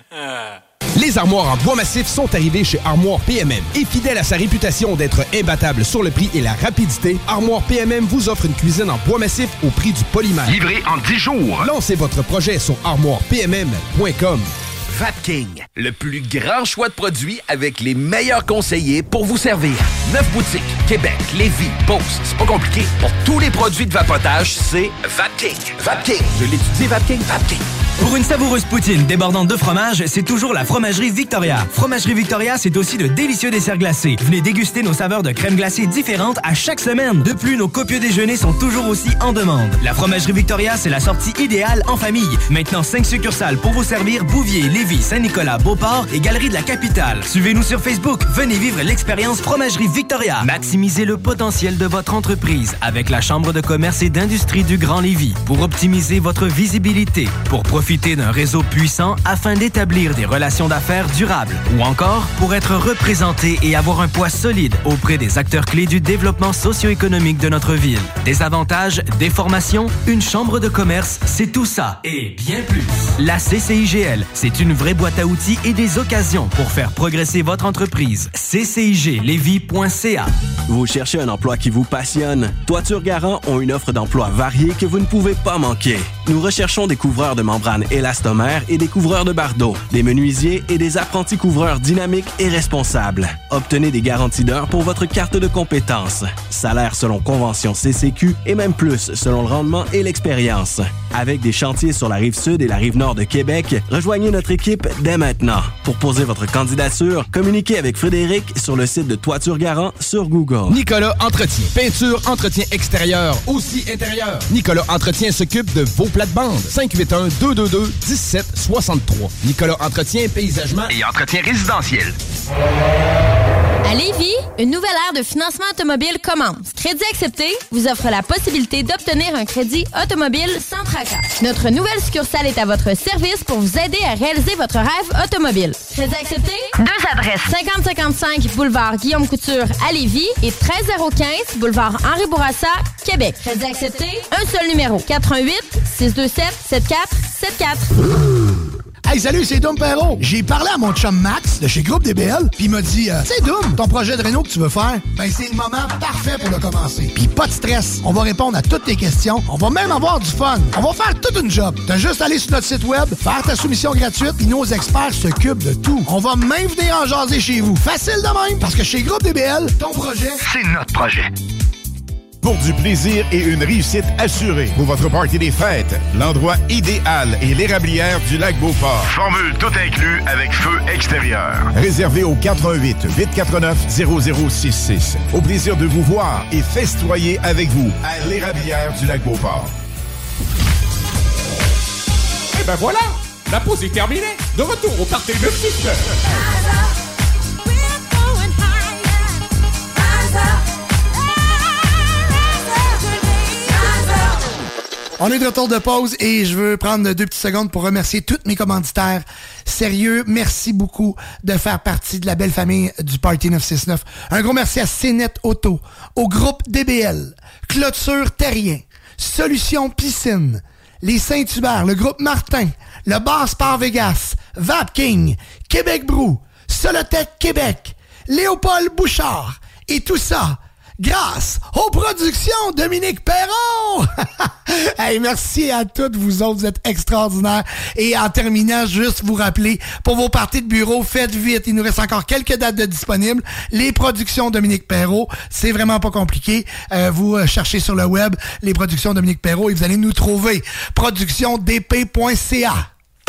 Les armoires en bois massif sont arrivées chez Armoire P M M. Et fidèle à sa réputation d'être imbattable sur le prix et la rapidité, Armoire P M M vous offre une cuisine en bois massif au prix du polymère. Livré en dix jours. Lancez votre projet sur armoire p m m point com. Vapking, le plus grand choix de produits avec les meilleurs conseillers pour vous servir. Neuf boutiques, Québec, Lévis, Beauce, c'est pas compliqué. Pour tous les produits de vapotage, c'est Vapking. Vapking, je l'étudie, Vapking, Vapking. Pour une savoureuse poutine débordante de fromage, c'est toujours la Fromagerie Victoria. Fromagerie Victoria, c'est aussi de délicieux desserts glacés. Venez déguster nos saveurs de crème glacée différentes à chaque semaine. De plus, nos copieux déjeuners sont toujours aussi en demande. La Fromagerie Victoria, c'est la sortie idéale en famille. Maintenant, cinq succursales pour vous servir: Bouvier, Lévis, Saint-Nicolas, Beauport et Galerie de la Capitale. Suivez-nous sur Facebook. Venez vivre l'expérience Fromagerie Victoria. Maximisez le potentiel de votre entreprise avec la Chambre de commerce et d'industrie du Grand Lévis pour optimiser votre visibilité, pour profiter d'un réseau puissant afin d'établir des relations d'affaires durables, ou encore pour être représenté et avoir un poids solide auprès des acteurs clés du développement socio-économique de notre ville. Des avantages, des formations, une chambre de commerce, c'est tout ça et bien plus. La C C I G L, c'est une vraie boîte à outils et des occasions pour faire progresser votre entreprise. c c i g lévis point c a. Vous cherchez un emploi qui vous passionne? Toiture Garant ont une offre d'emploi variée que vous ne pouvez pas manquer. Nous recherchons des couvreurs de membranes élastomères et des couvreurs de bardeaux, des menuisiers et des apprentis couvreurs dynamiques et responsables. Obtenez des garanties d'heures pour votre carte de compétences. Salaire selon convention C C Q et même plus selon le rendement et l'expérience. Avec des chantiers sur la rive sud et la rive nord de Québec, rejoignez notre équipe dès maintenant. Pour poser votre candidature, communiquez avec Frédéric sur le site de Toiture Garant sur Google. Nicolas Entretien. Peinture, entretien extérieur, aussi intérieur. Nicolas Entretien s'occupe de vos plates-bandes. cinq huit un, deux deux deux, un sept six trois. Nicolas Entretien, paysagement et entretien résidentiel. À Lévis, une nouvelle ère de financement automobile commence. Crédit Accepté vous offre la possibilité d'obtenir un crédit automobile sans tracas. Notre nouvelle succursale est à votre service pour vous aider à réaliser votre rêve automobile. Crédit Accepté, deux adresses. cinquante cinquante-cinq boulevard Guillaume Couture à Lévis et treize zéro quinze boulevard Henri Bourassa, Québec. Crédit Accepté, un seul numéro. quatre un huit, six deux sept, sept quatre sept quatre. Hey, salut, c'est Dom Perrault. J'ai parlé à mon chum Max de chez Groupe D B L, puis il m'a dit, euh, c'est Dom, ton projet de réno que tu veux faire, ben c'est le moment parfait pour le commencer. Puis pas de stress, on va répondre à toutes tes questions, on va même avoir du fun. On va faire toute une job. T'as juste à aller sur notre site web, faire ta soumission gratuite, puis nos experts s'occupent de tout. On va même venir en jaser chez vous. Facile de même, parce que chez Groupe D B L, ton projet, c'est notre projet. Pour du plaisir et une réussite assurée pour votre party des fêtes, l'endroit idéal est l'érablière du lac Beauport. Formule tout inclus avec feu extérieur. Réservé au quatre un huit, huit quatre neuf, zéro zéro six six. Au plaisir de vous voir et festoyer avec vous à l'érablière du lac Beauport. Et ben voilà, la pause est terminée. De retour au party de six. On est de retour de pause et je veux prendre deux petites secondes pour remercier tous mes commanditaires. Sérieux, merci beaucoup de faire partie de la belle famille du Party neuf cent soixante-neuf. Un gros merci à C N E T Auto, au groupe D B L, Clôture Terrien, Solution Piscine, les Saint-Hubert, le groupe Martin, le Bar Sport Vegas, Vapking, Québec Brou, Solotech Québec, Léopold Bouchard et tout ça grâce aux productions Dominique Perron. Hey, merci à toutes vous autres, vous êtes extraordinaires. Et en terminant, juste vous rappeler, pour vos parties de bureau, faites vite, il nous reste encore quelques dates de disponibles. Les productions Dominique Perron, c'est vraiment pas compliqué. Euh, vous cherchez sur le web les productions Dominique Perron et vous allez nous trouver. production d p point c a.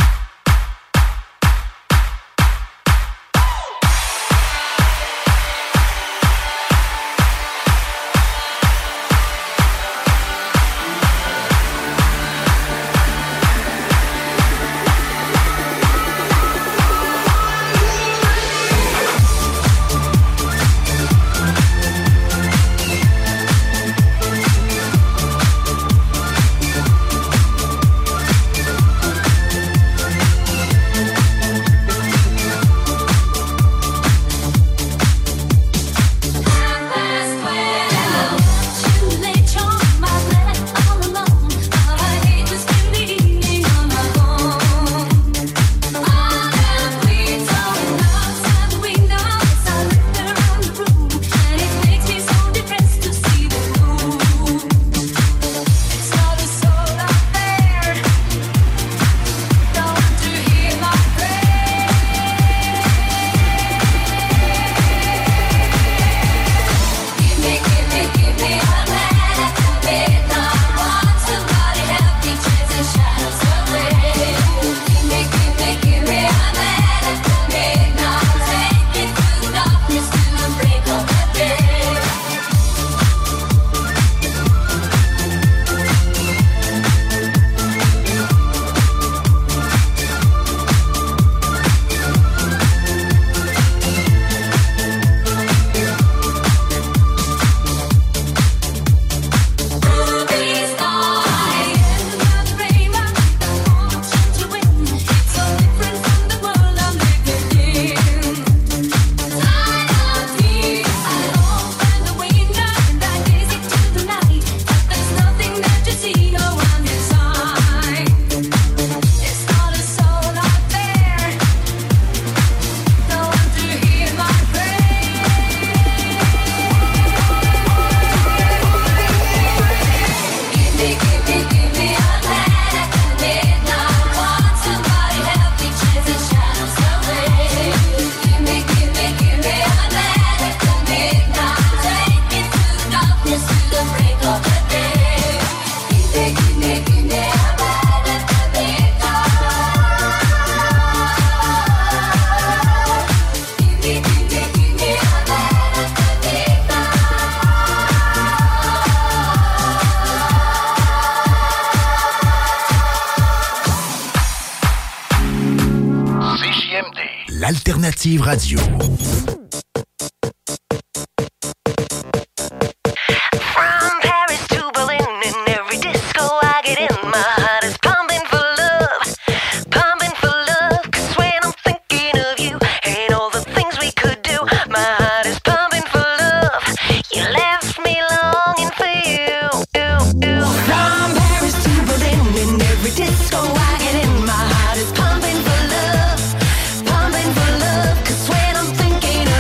L'Alternative Radio. Thinking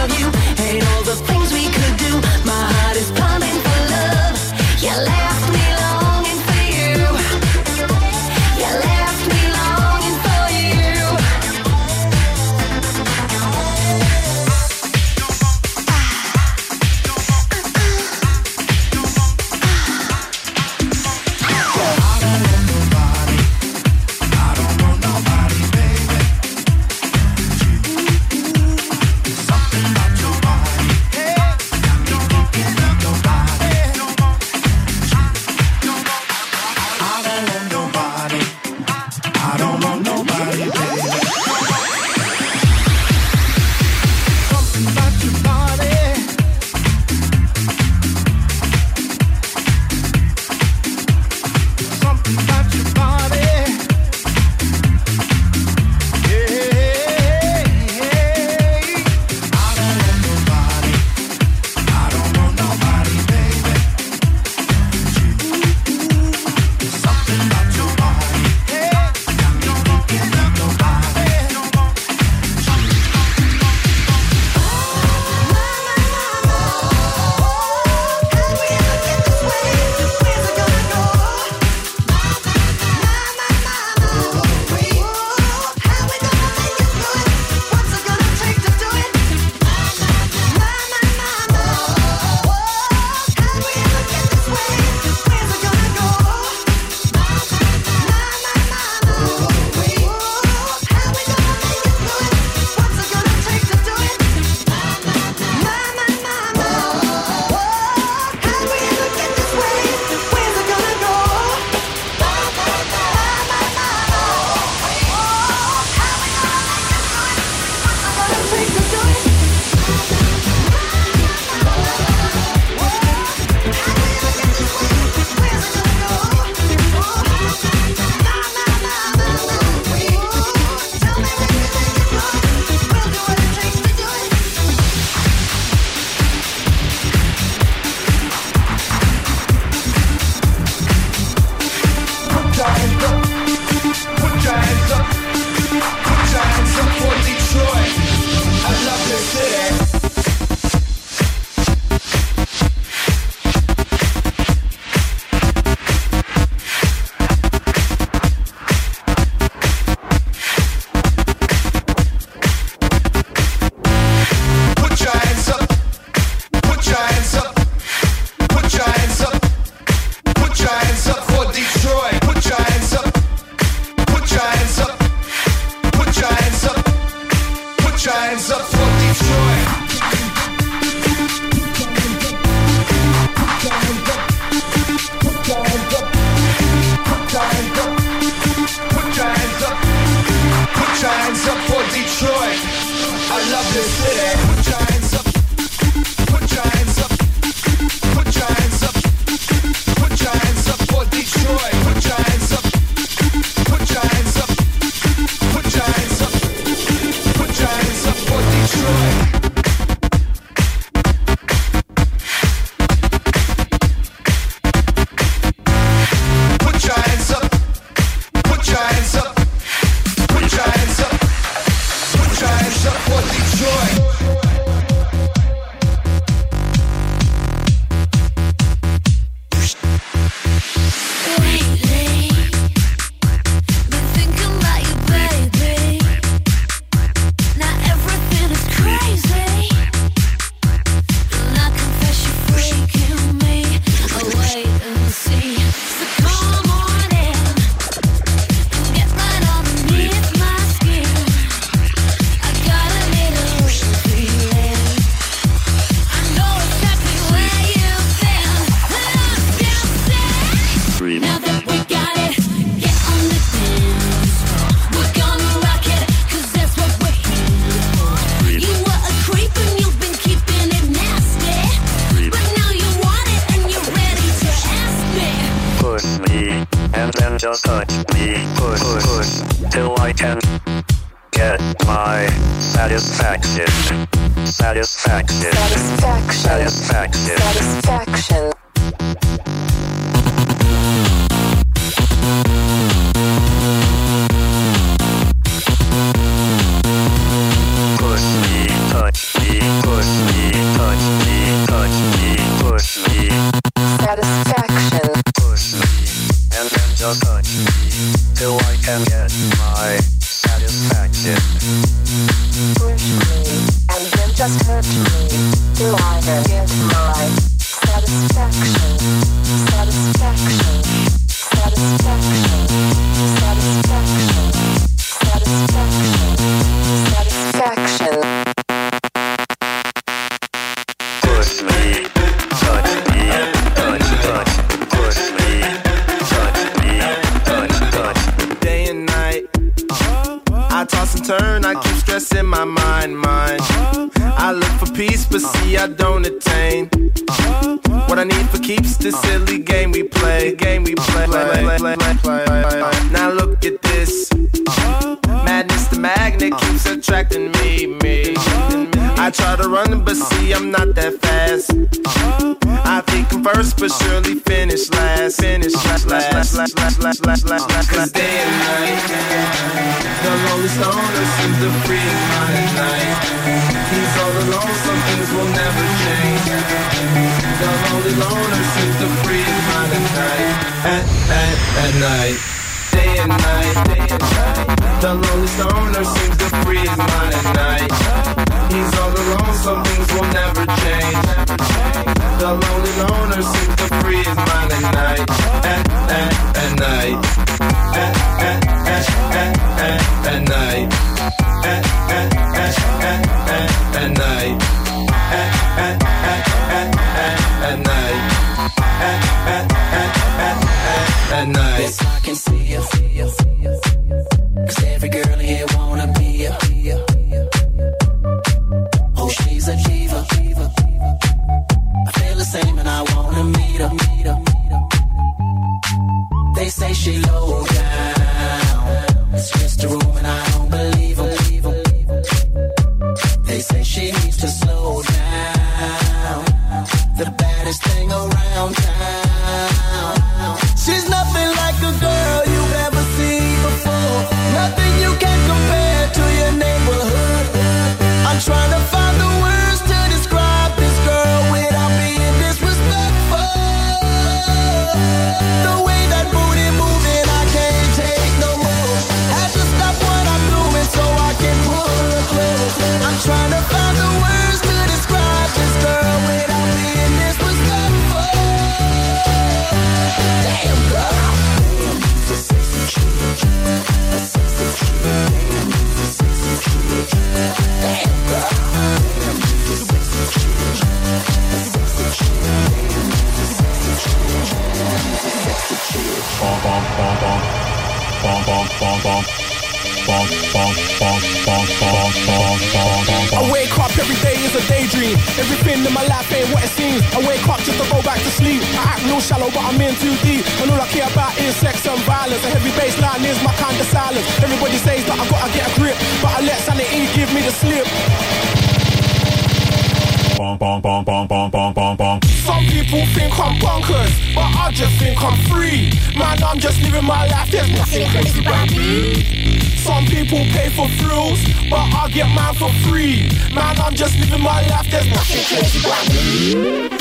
just touch me, push, push, till I can get my satisfaction. Satisfaction. Satisfaction. Satisfaction. Satisfaction. Push me, touch me, push me, touch me, touch me, push me. Satisfaction. Push me, and then just touch me, till I can get my satisfaction. Push me, and then just hurt me, till I can get my satisfaction. Satisfaction. Satisfaction. Satisfaction. Satisfaction. Satisfaction. Push me, touch me, touch, touch. Push me, touch me, touch, touch. Day and night, I toss and turn, I keep stressing my mind, mind. I look for peace, but see I don't attain. What I need for keeps this silly game we play, game we play. Now look at this, madness the magnet keeps attracting me, me. I try to run, but see I'm not that fast. I think I'm first, but surely finish last. Finish last, last, last, last, last, last, last. Cause day and night, the lonely stoner seems to free his mind at night. He's all alone, some things will never change. The lonely loner seems to free his mind at night. At, at, at night. Day and night, day and night. The lonely stoner seems to free his mind at night. He's all alone, some things will never change. The lonely loner seems to free his mind at night. At, at, at night. At, at, at, at, at, at night. At, at, at, at, at, at night. At, at, at, at, at, at night. At, at, at, at, at, at night. Yes, I can see you. Cause every girl here wanna be a. Oh, she's a diva. I feel the same and I wanna meet her. They say she low down. It's just a room and I don't believe them. They say she needs to slow down. The baddest thing around town. She's nothing like a girl you've ever seen before. Nothing you can compare to your neighborhood. I'm trying to find the words to describe this girl without being disrespectful. The way that booty moving, I can't take no more. Had to stop what I'm doing so I can pull her close. I'm trying to find the words to describe this girl without being disrespectful. Damn girl. I wake up every day is a daydream. Everything in my life ain't what it seems. I wake up just to go back to sleep. I act real shallow but I'm in too deep. And all I care about is sex and violence. A heavy baseline is my kind of silence. Everybody says that I gotta get a grip, but I let sanity give me the slip. Some people think I'm bonkers, but I just think I'm free. Man, I'm just living my life, there's nothing crazy about me. Some people pay for thrills, but I get mine for free. Man, I'm just living my life, there's nothing crazy about me.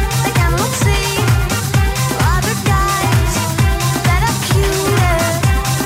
See other guys that are cuter.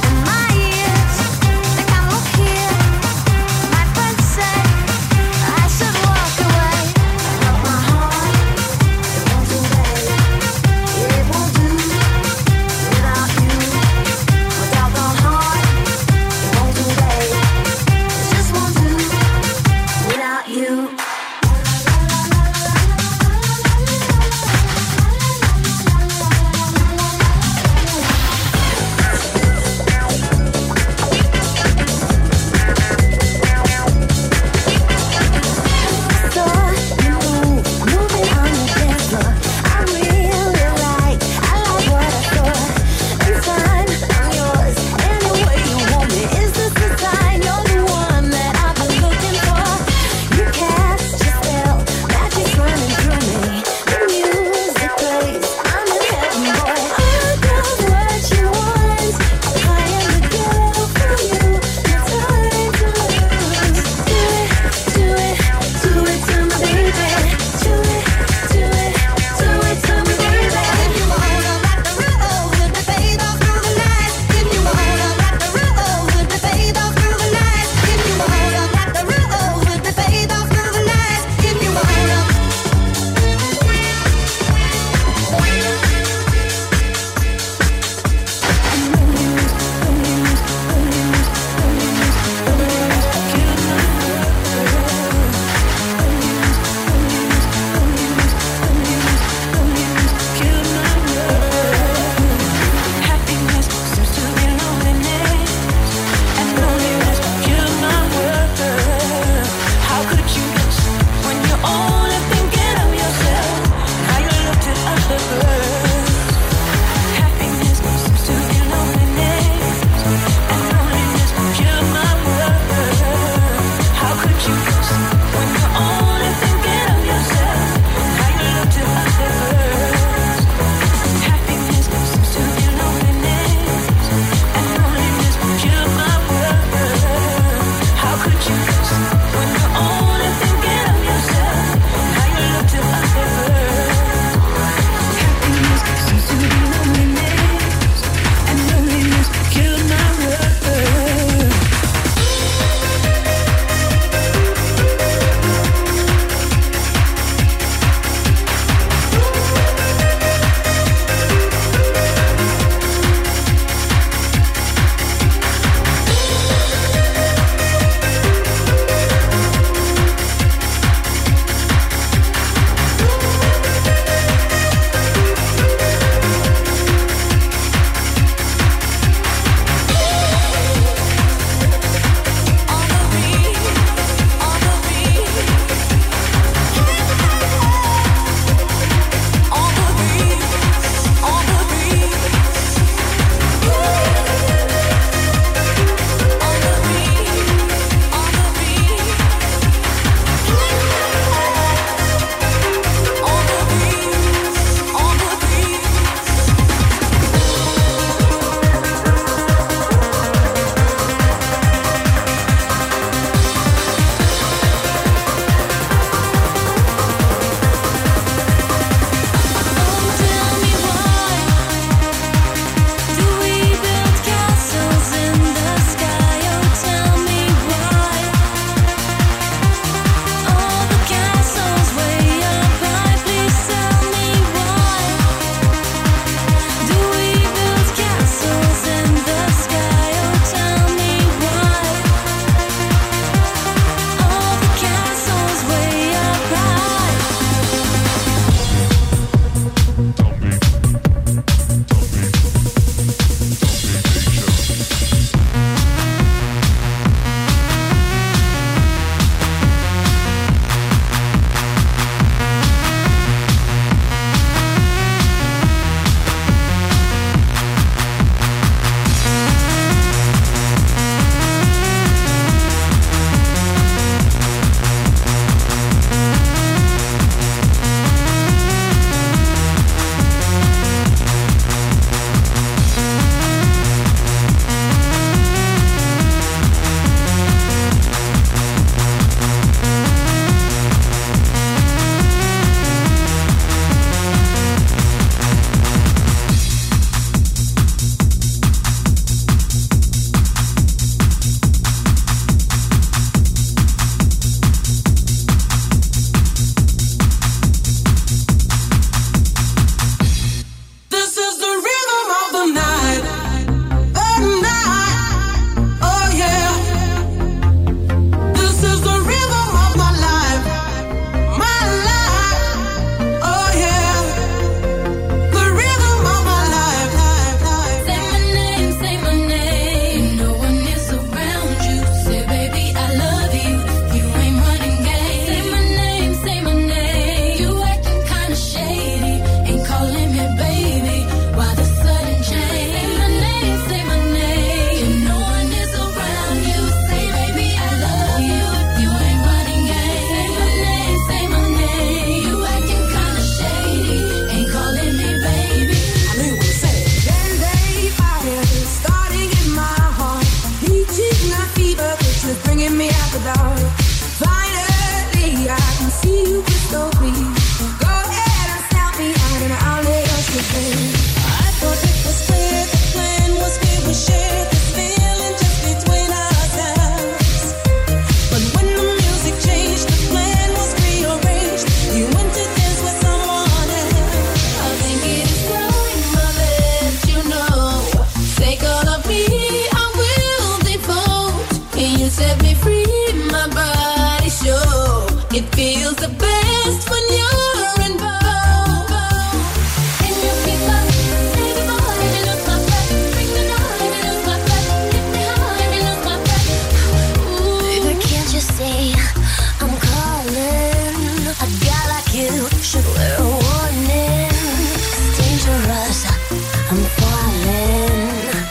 It feels the best when you're involved. Can you keep up? Say goodbye and lose my breath. Bring me down and lose my breath. Lift me high and lose my breath. Ooh. Baby, can't you see I'm calling? A guy like you should wear a warning. It's dangerous, I'm falling.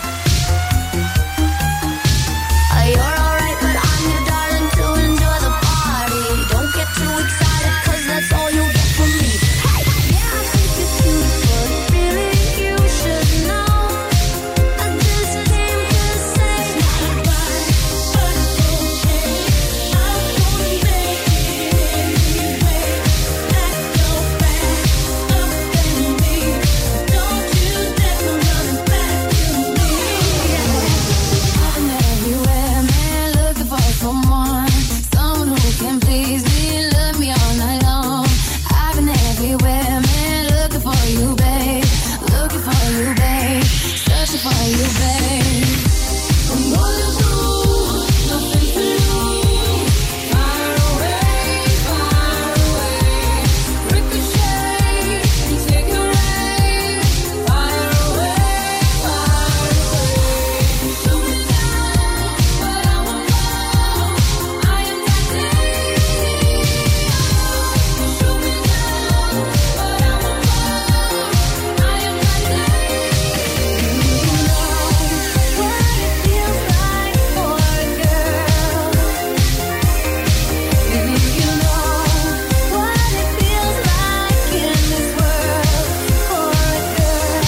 You're alright, but I'm your darling to enjoy the party. Don't get too excited, cause that's all you get from me. Hey! Yeah, I think you're cute, but really you should know I just came to say goodbye. But it's okay, I'm gonna make it anyway. Act so bad, up and me. Don't you dare come running back to me. I'm everywhere, man, looking for someone, someone who can please me, love me all night long. I've been everywhere, man, looking for you, babe, looking for you, babe, searching for you, babe. I'm going through, nothing to lose. Far away, far away. Ricochet, take a ray. Far away, far away. Shoot me down, but I won't fall. I am that lady. Shoot me down, but I won't fall. I am that lady. You know what it feels like for a girl. Maybe you know what it feels like in this world for a girl.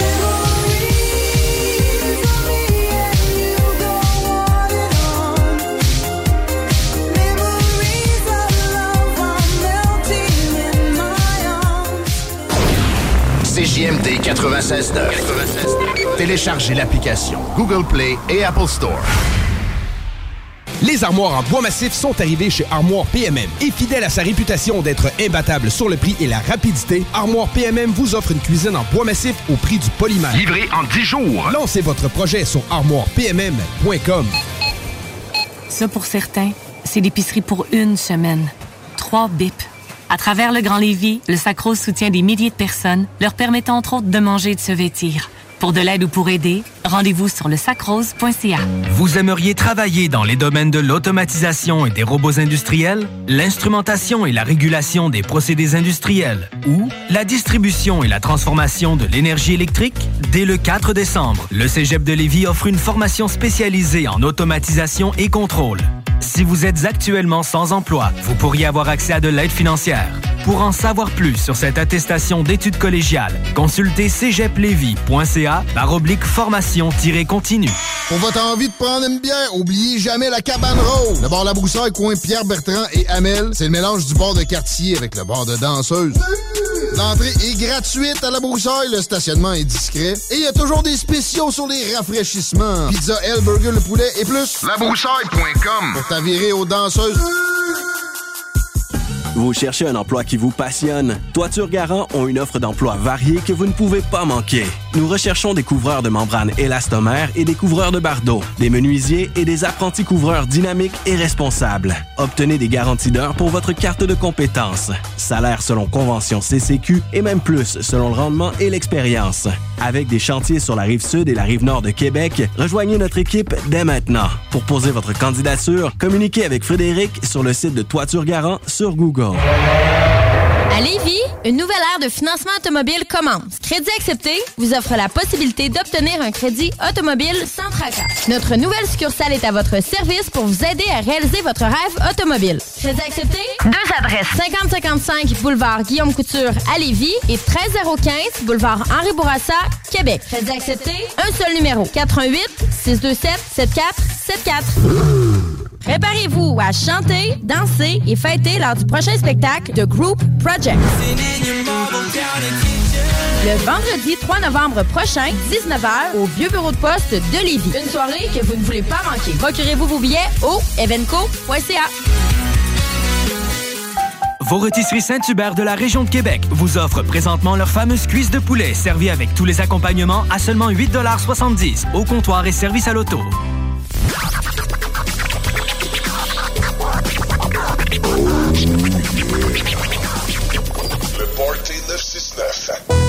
Memories of me and you go on and on. Memories of love are melting in my arms. C J M D quatre-vingt-seize neuf. Téléchargez l'application Google Play et Apple Store. Les armoires en bois massif sont arrivées chez Armoire P M M. Et fidèle à sa réputation d'être imbattable sur le prix et la rapidité, Armoire P M M vous offre une cuisine en bois massif au prix du polymère. Livré en dix jours. Lancez votre projet sur armoire p m m point com. Ça, pour certains, c'est l'épicerie pour une semaine. Trois bips. À travers le Grand Lévis, le Sacrose soutient des milliers de personnes, leur permettant entre autres de manger et de se vêtir. Pour de l'aide ou pour aider, rendez-vous sur le sacrose point c a. Vous aimeriez travailler dans les domaines de l'automatisation et des robots industriels, l'instrumentation et la régulation des procédés industriels ou la distribution et la transformation de l'énergie électrique? Dès le quatre décembre, le Cégep de Lévis offre une formation spécialisée en automatisation et contrôle. Si vous êtes actuellement sans emploi, vous pourriez avoir accès à de l'aide financière. Pour en savoir plus sur cette attestation d'études collégiales, consultez cégep lévis point c a barre oblique formation-continue. Pour votre envie de prendre une bière, oubliez jamais la Cabane Rose. Le bar La Broussaille, coin Pierre-Bertrand et Hamel, c'est le mélange du bar de quartier avec le bar de danseuse. L'entrée est gratuite à La Broussaille, le stationnement est discret et il y a toujours des spéciaux sur les rafraîchissements. Pizza, L, burger, le poulet et plus. la broussaille point com. Pour t'avirer aux danseuses. Vous cherchez un emploi qui vous passionne? Toiture Garant ont une offre d'emploi variée que vous ne pouvez pas manquer. Nous recherchons des couvreurs de membranes élastomères et des couvreurs de bardeaux, des menuisiers et des apprentis couvreurs dynamiques et responsables. Obtenez des garanties d'heures pour votre carte de compétences. Salaire selon convention C C Q et même plus selon le rendement et l'expérience. Avec des chantiers sur la Rive-Sud et la Rive-Nord de Québec, rejoignez notre équipe dès maintenant. Pour poser votre candidature, communiquez avec Frédéric sur le site de Toiture Garant sur Google. À Lévis, une nouvelle ère de financement automobile commence. Crédit Accepté vous offre la possibilité d'obtenir un crédit automobile sans tracas. Notre nouvelle succursale est à votre service pour vous aider à réaliser votre rêve automobile. Crédit Accepté, deux adresses. cinquante cinquante-cinq boulevard Guillaume Couture à Lévis et treize zéro quinze boulevard Henri Bourassa, Québec. Crédit Accepté, un seul numéro. quatre un huit, six deux sept, sept quatre sept quatre. Préparez-vous à chanter, danser et fêter lors du prochain spectacle de Group Project. Le vendredi trois novembre prochain, dix-neuf heures, au Vieux Bureau de Poste de Lévis. Une soirée que vous ne voulez pas manquer. Procurez-vous vos billets au evenco point c a. Vos rôtisseries Saint-Hubert de la région de Québec vous offrent présentement leur fameuse cuisse de poulet servie avec tous les accompagnements à seulement huit soixante-dix au comptoir et service à l'auto. Le Party neuf cent soixante-neuf.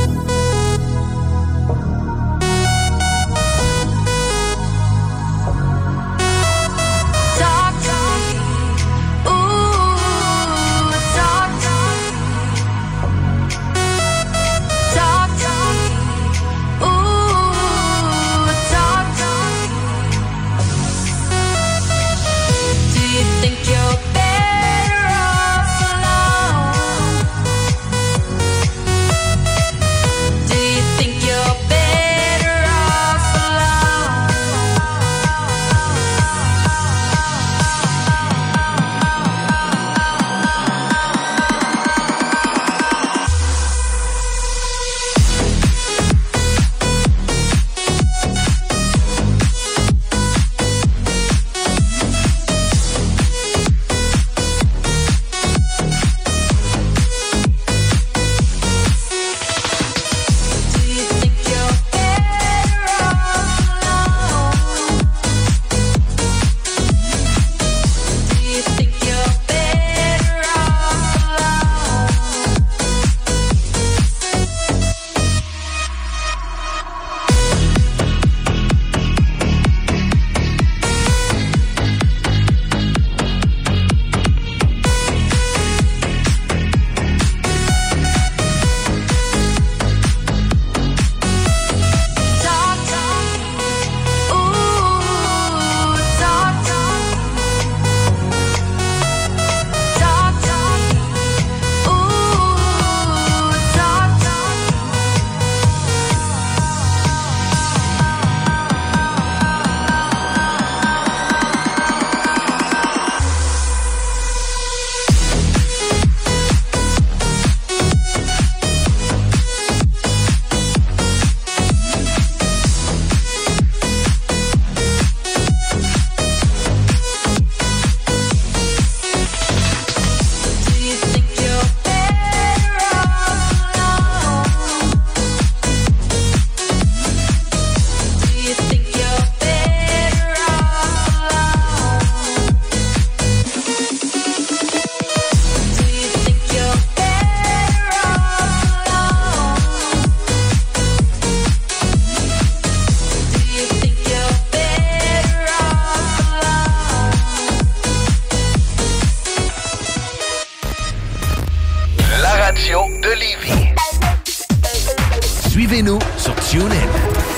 Suivez-nous sur TuneIn.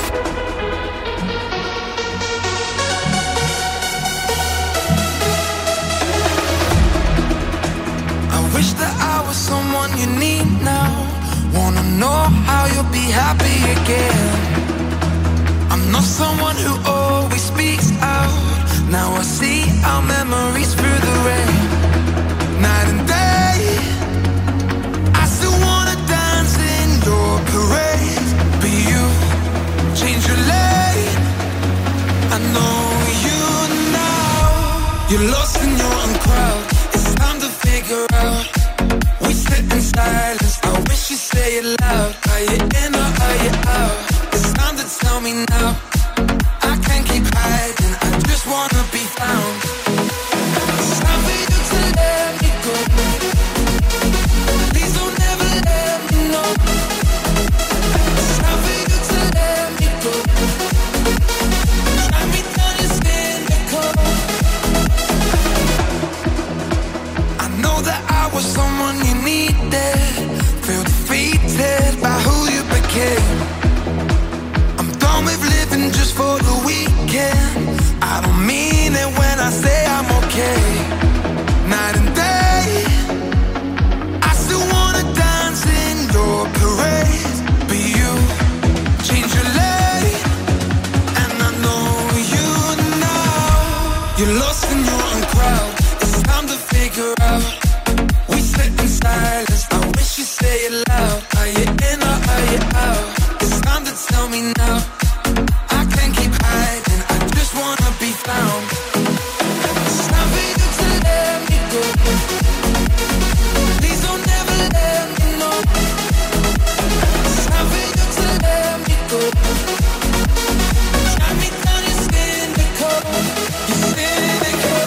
I wish that I was someone you need now. Wanna know how you'll be happy again. I'm not someone who always speaks out. Now I see our memories through the rain. Night and day, I still wanna dance in your parade. But you change your lane. I know you now. You're lost in your own crowd. It's time to figure out. We sit in silence. I wish you say it loud. Are you in or are you out? It's time to tell me now. I can't keep hiding. I just wanna be found. It's time for you to let me go. Please don't ever let me know. It's time for you to let me go. Try me down your skin and cold. I know that I was someone you needed. Feel defeated by who you became. I'm done with living just for the weekend. I don't mean it when I say I'm okay. Night and day, I still wanna dance in your parade. But you change your lane, and I know you now. You're lost in your own crowd. It's time to figure out. We sit in silence. I wish you say it loud. Are you in or are you out? It's time to tell me now. I can't keep hiding. I just wanna be found. It's time for you to let me go. Please don't ever let me know. It's time for you to let me go. Try me down your skin and cold. Your skin and cold.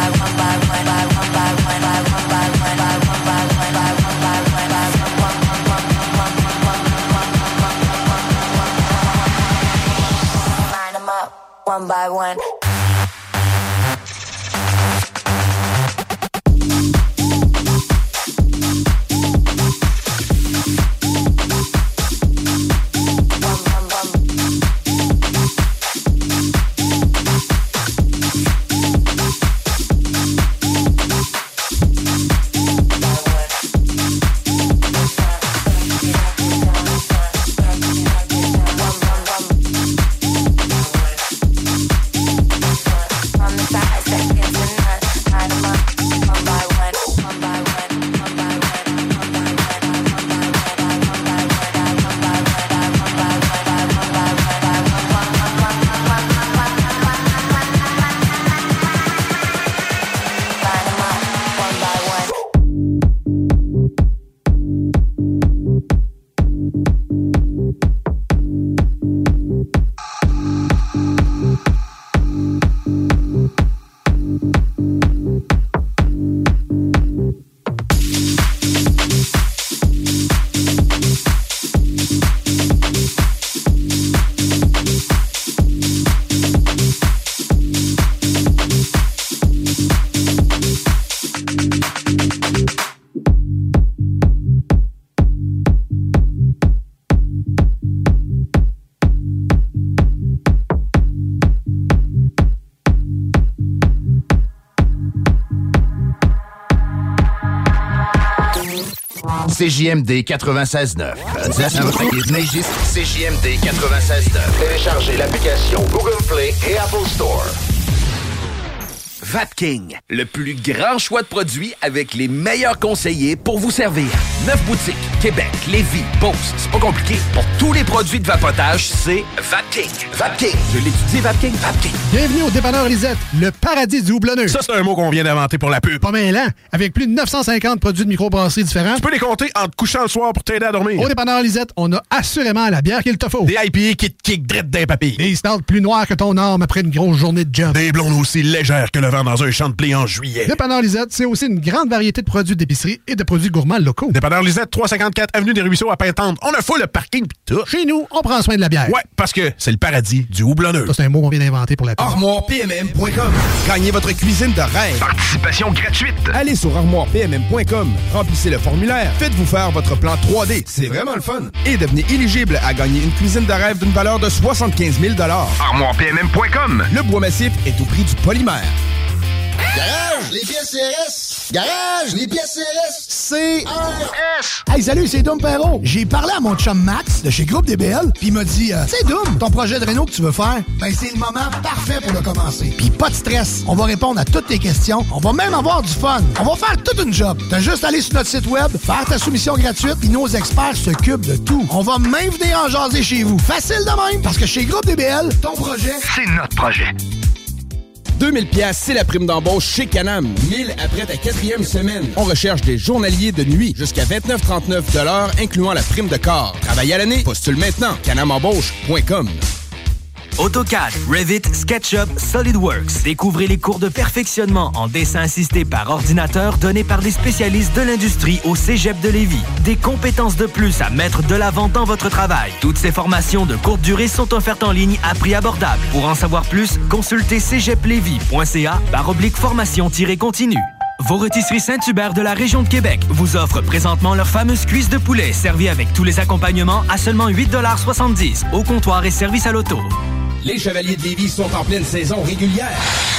by one by one by one by one by one by one by one by one by one by one by one line them up one by one. C J M D quatre-vingt-seize neuf. C J M D quatre-vingt-seize neuf. Téléchargez l'application Google Play et Apple Store. Vapking, le plus grand choix de produits avec les meilleurs conseillers pour vous servir. Neuf boutiques, Québec, Lévis, Beauce. C'est pas compliqué. Pour tous les produits de vapotage, c'est Vapking. Vapking. Je l'étudie, Vapking. Vapking. Bienvenue au dépanneur Lisette, le paradis du houblonneux. Ça, c'est un mot qu'on vient d'inventer pour la pub. Pas mal, hein? Avec plus de neuf cent cinquante produits de microbrasserie différents. Tu peux les compter en te couchant le soir pour t'aider à dormir. Au dépanneur Lisette, on a assurément la bière qu'il te faut. Des I P A qui te kick drette d'un papy. Des stouts plus noirs que ton arme après une grosse journée de job. Des blondes aussi légères que le vent dans un champ de blé en juillet. Dépanneur Lisette, c'est aussi une grande variété de produits d'épicerie et de produits gourmands locaux. Dépanneur Lisette, trois cent cinquante-quatre Avenue des Ruisseaux à Pintante. On a full le parking pis tout. Chez nous, on prend soin de la bière. Ouais, parce que c'est le paradis du houblonneux. Ça, c'est un mot qu'on vient d'inventer pour la pub. Armoire P M M point com. Gagnez votre cuisine de rêve. Participation gratuite. Allez sur armoire P M M point com. Remplissez le formulaire. Faites-vous faire votre plan trois D. C'est vraiment le fun. Et devenez éligible à gagner une cuisine de rêve d'une valeur de soixante-quinze mille dollars. armoire P M M point com. Le bois massif est au prix du polymère. Garage, les pièces C R S. Garage, les pièces C R S. C R S. Hey, salut, c'est Dom Perrault. J'ai parlé à mon chum Max de chez Groupe D B L, puis il m'a dit, euh, c'est Dom, ton projet de réno que tu veux faire, ben c'est le moment parfait pour le commencer. Puis pas de stress, on va répondre à toutes tes questions, on va même avoir du fun. On va faire toute une job. T'as juste à aller sur notre site web, faire ta soumission gratuite, puis nos experts s'occupent de tout. On va même venir en jaser chez vous. Facile de même, parce que chez Groupe D B L, ton projet, c'est notre projet. deux mille piastres, c'est la prime d'embauche chez Canam. mille après ta quatrième semaine. On recherche des journaliers de nuit jusqu'à vingt-neuf trente-neuf de l'heure, incluant la prime de corps. Travaille à l'année, postule maintenant. canam embauche point com. AutoCAD, Revit, SketchUp, SolidWorks. Découvrez les cours de perfectionnement en dessin assisté par ordinateur donnés par des spécialistes de l'industrie au Cégep de Lévis. Des compétences de plus à mettre de l'avant dans votre travail. Toutes ces formations de courte durée sont offertes en ligne à prix abordable. Pour en savoir plus, consultez cégeplévis point c a barre oblique formation-continue. Vos rôtisseries Saint-Hubert de la région de Québec vous offrent présentement leur fameuse cuisse de poulet servie avec tous les accompagnements à seulement huit soixante-dix au comptoir et service à l'auto. Les Chevaliers de Lévis sont en pleine saison régulière.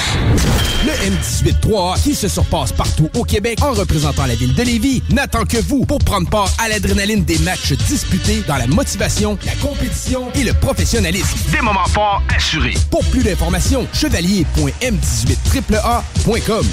Le M dix-huit trois A, qui se surpasse partout au Québec en représentant la ville de Lévis, n'attend que vous pour prendre part à l'adrénaline des matchs disputés dans la motivation, la compétition et le professionnalisme. Des moments forts assurés. Pour plus d'informations, chevalier point m dix-huit a a point com.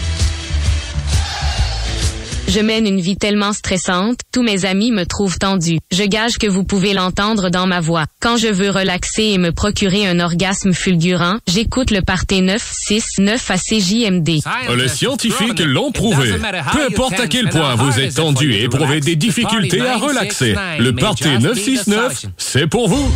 Je mène une vie tellement stressante, tous mes amis me trouvent tendue. Je gage que vous pouvez l'entendre dans ma voix. Quand je veux relaxer et me procurer un orgasme fulgurant, j'écoute le Party neuf six neuf à C J M D. Les scientifiques l'ont prouvé. Peu importe à quel point vous êtes tendu et éprouvez des difficultés à relaxer, le Party neuf six neuf, c'est pour vous.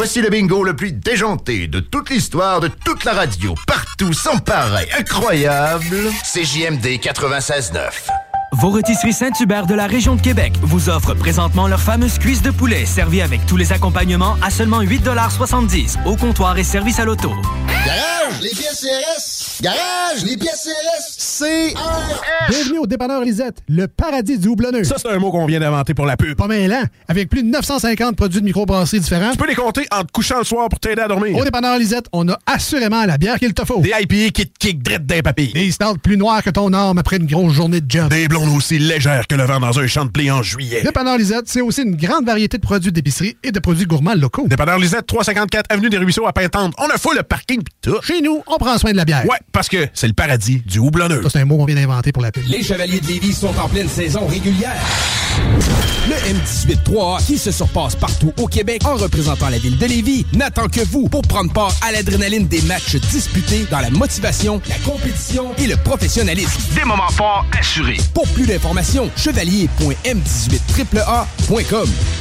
Voici le bingo le plus déjanté de toute l'histoire, de toute la radio, partout, sans pareil, incroyable. C J M D quatre-vingt-seize neuf. Vos rôtisseries Saint-Hubert de la région de Québec vous offrent présentement leur fameuse cuisse de poulet servie avec tous les accompagnements à seulement huit soixante-dix au comptoir et service à l'auto. Garage, les pièces C R S! Garage, les pièces C R S! C R S! Bienvenue au dépanneur Lisette, le paradis du houblonneux. Ça, c'est un mot qu'on vient d'inventer pour la pub. Pas mêlant, avec plus de neuf cent cinquante produits de microbrasserie différents. Tu peux les compter en te couchant le soir pour t'aider à dormir. Au dépanneur Lisette, on a assurément la bière qu'il te faut. Des I P A qui te kick drette d'un papy. Des stouts plus noirs que ton arme après une grosse journée de job. Des blondes aussi légères que le vent dans un champ de blé en juillet. Dépanneur Lisette, c'est aussi une grande variété de produits d'épicerie et de produits gourmands locaux. Dépanneur Lisette, trois cent cinquante-quatre Avenue des Ruisseaux à Pintante. On a full le parking pis tout. Chez nous, on prend soin de la bière. Ouais, parce que c'est le paradis du houblonneux. Ça, c'est un mot qu'on vient d'inventer pour la pub. Les Chevaliers de Lévis sont en pleine saison régulière. Le M dix-huit trois A, qui se surpasse partout au Québec en représentant la ville de Lévis, n'attend que vous pour prendre part à l'adrénaline des matchs disputés dans la motivation, la compétition et le professionnalisme. Des moments forts assurés. Pour plus d'informations, chevalier point m dix-huit A A point com.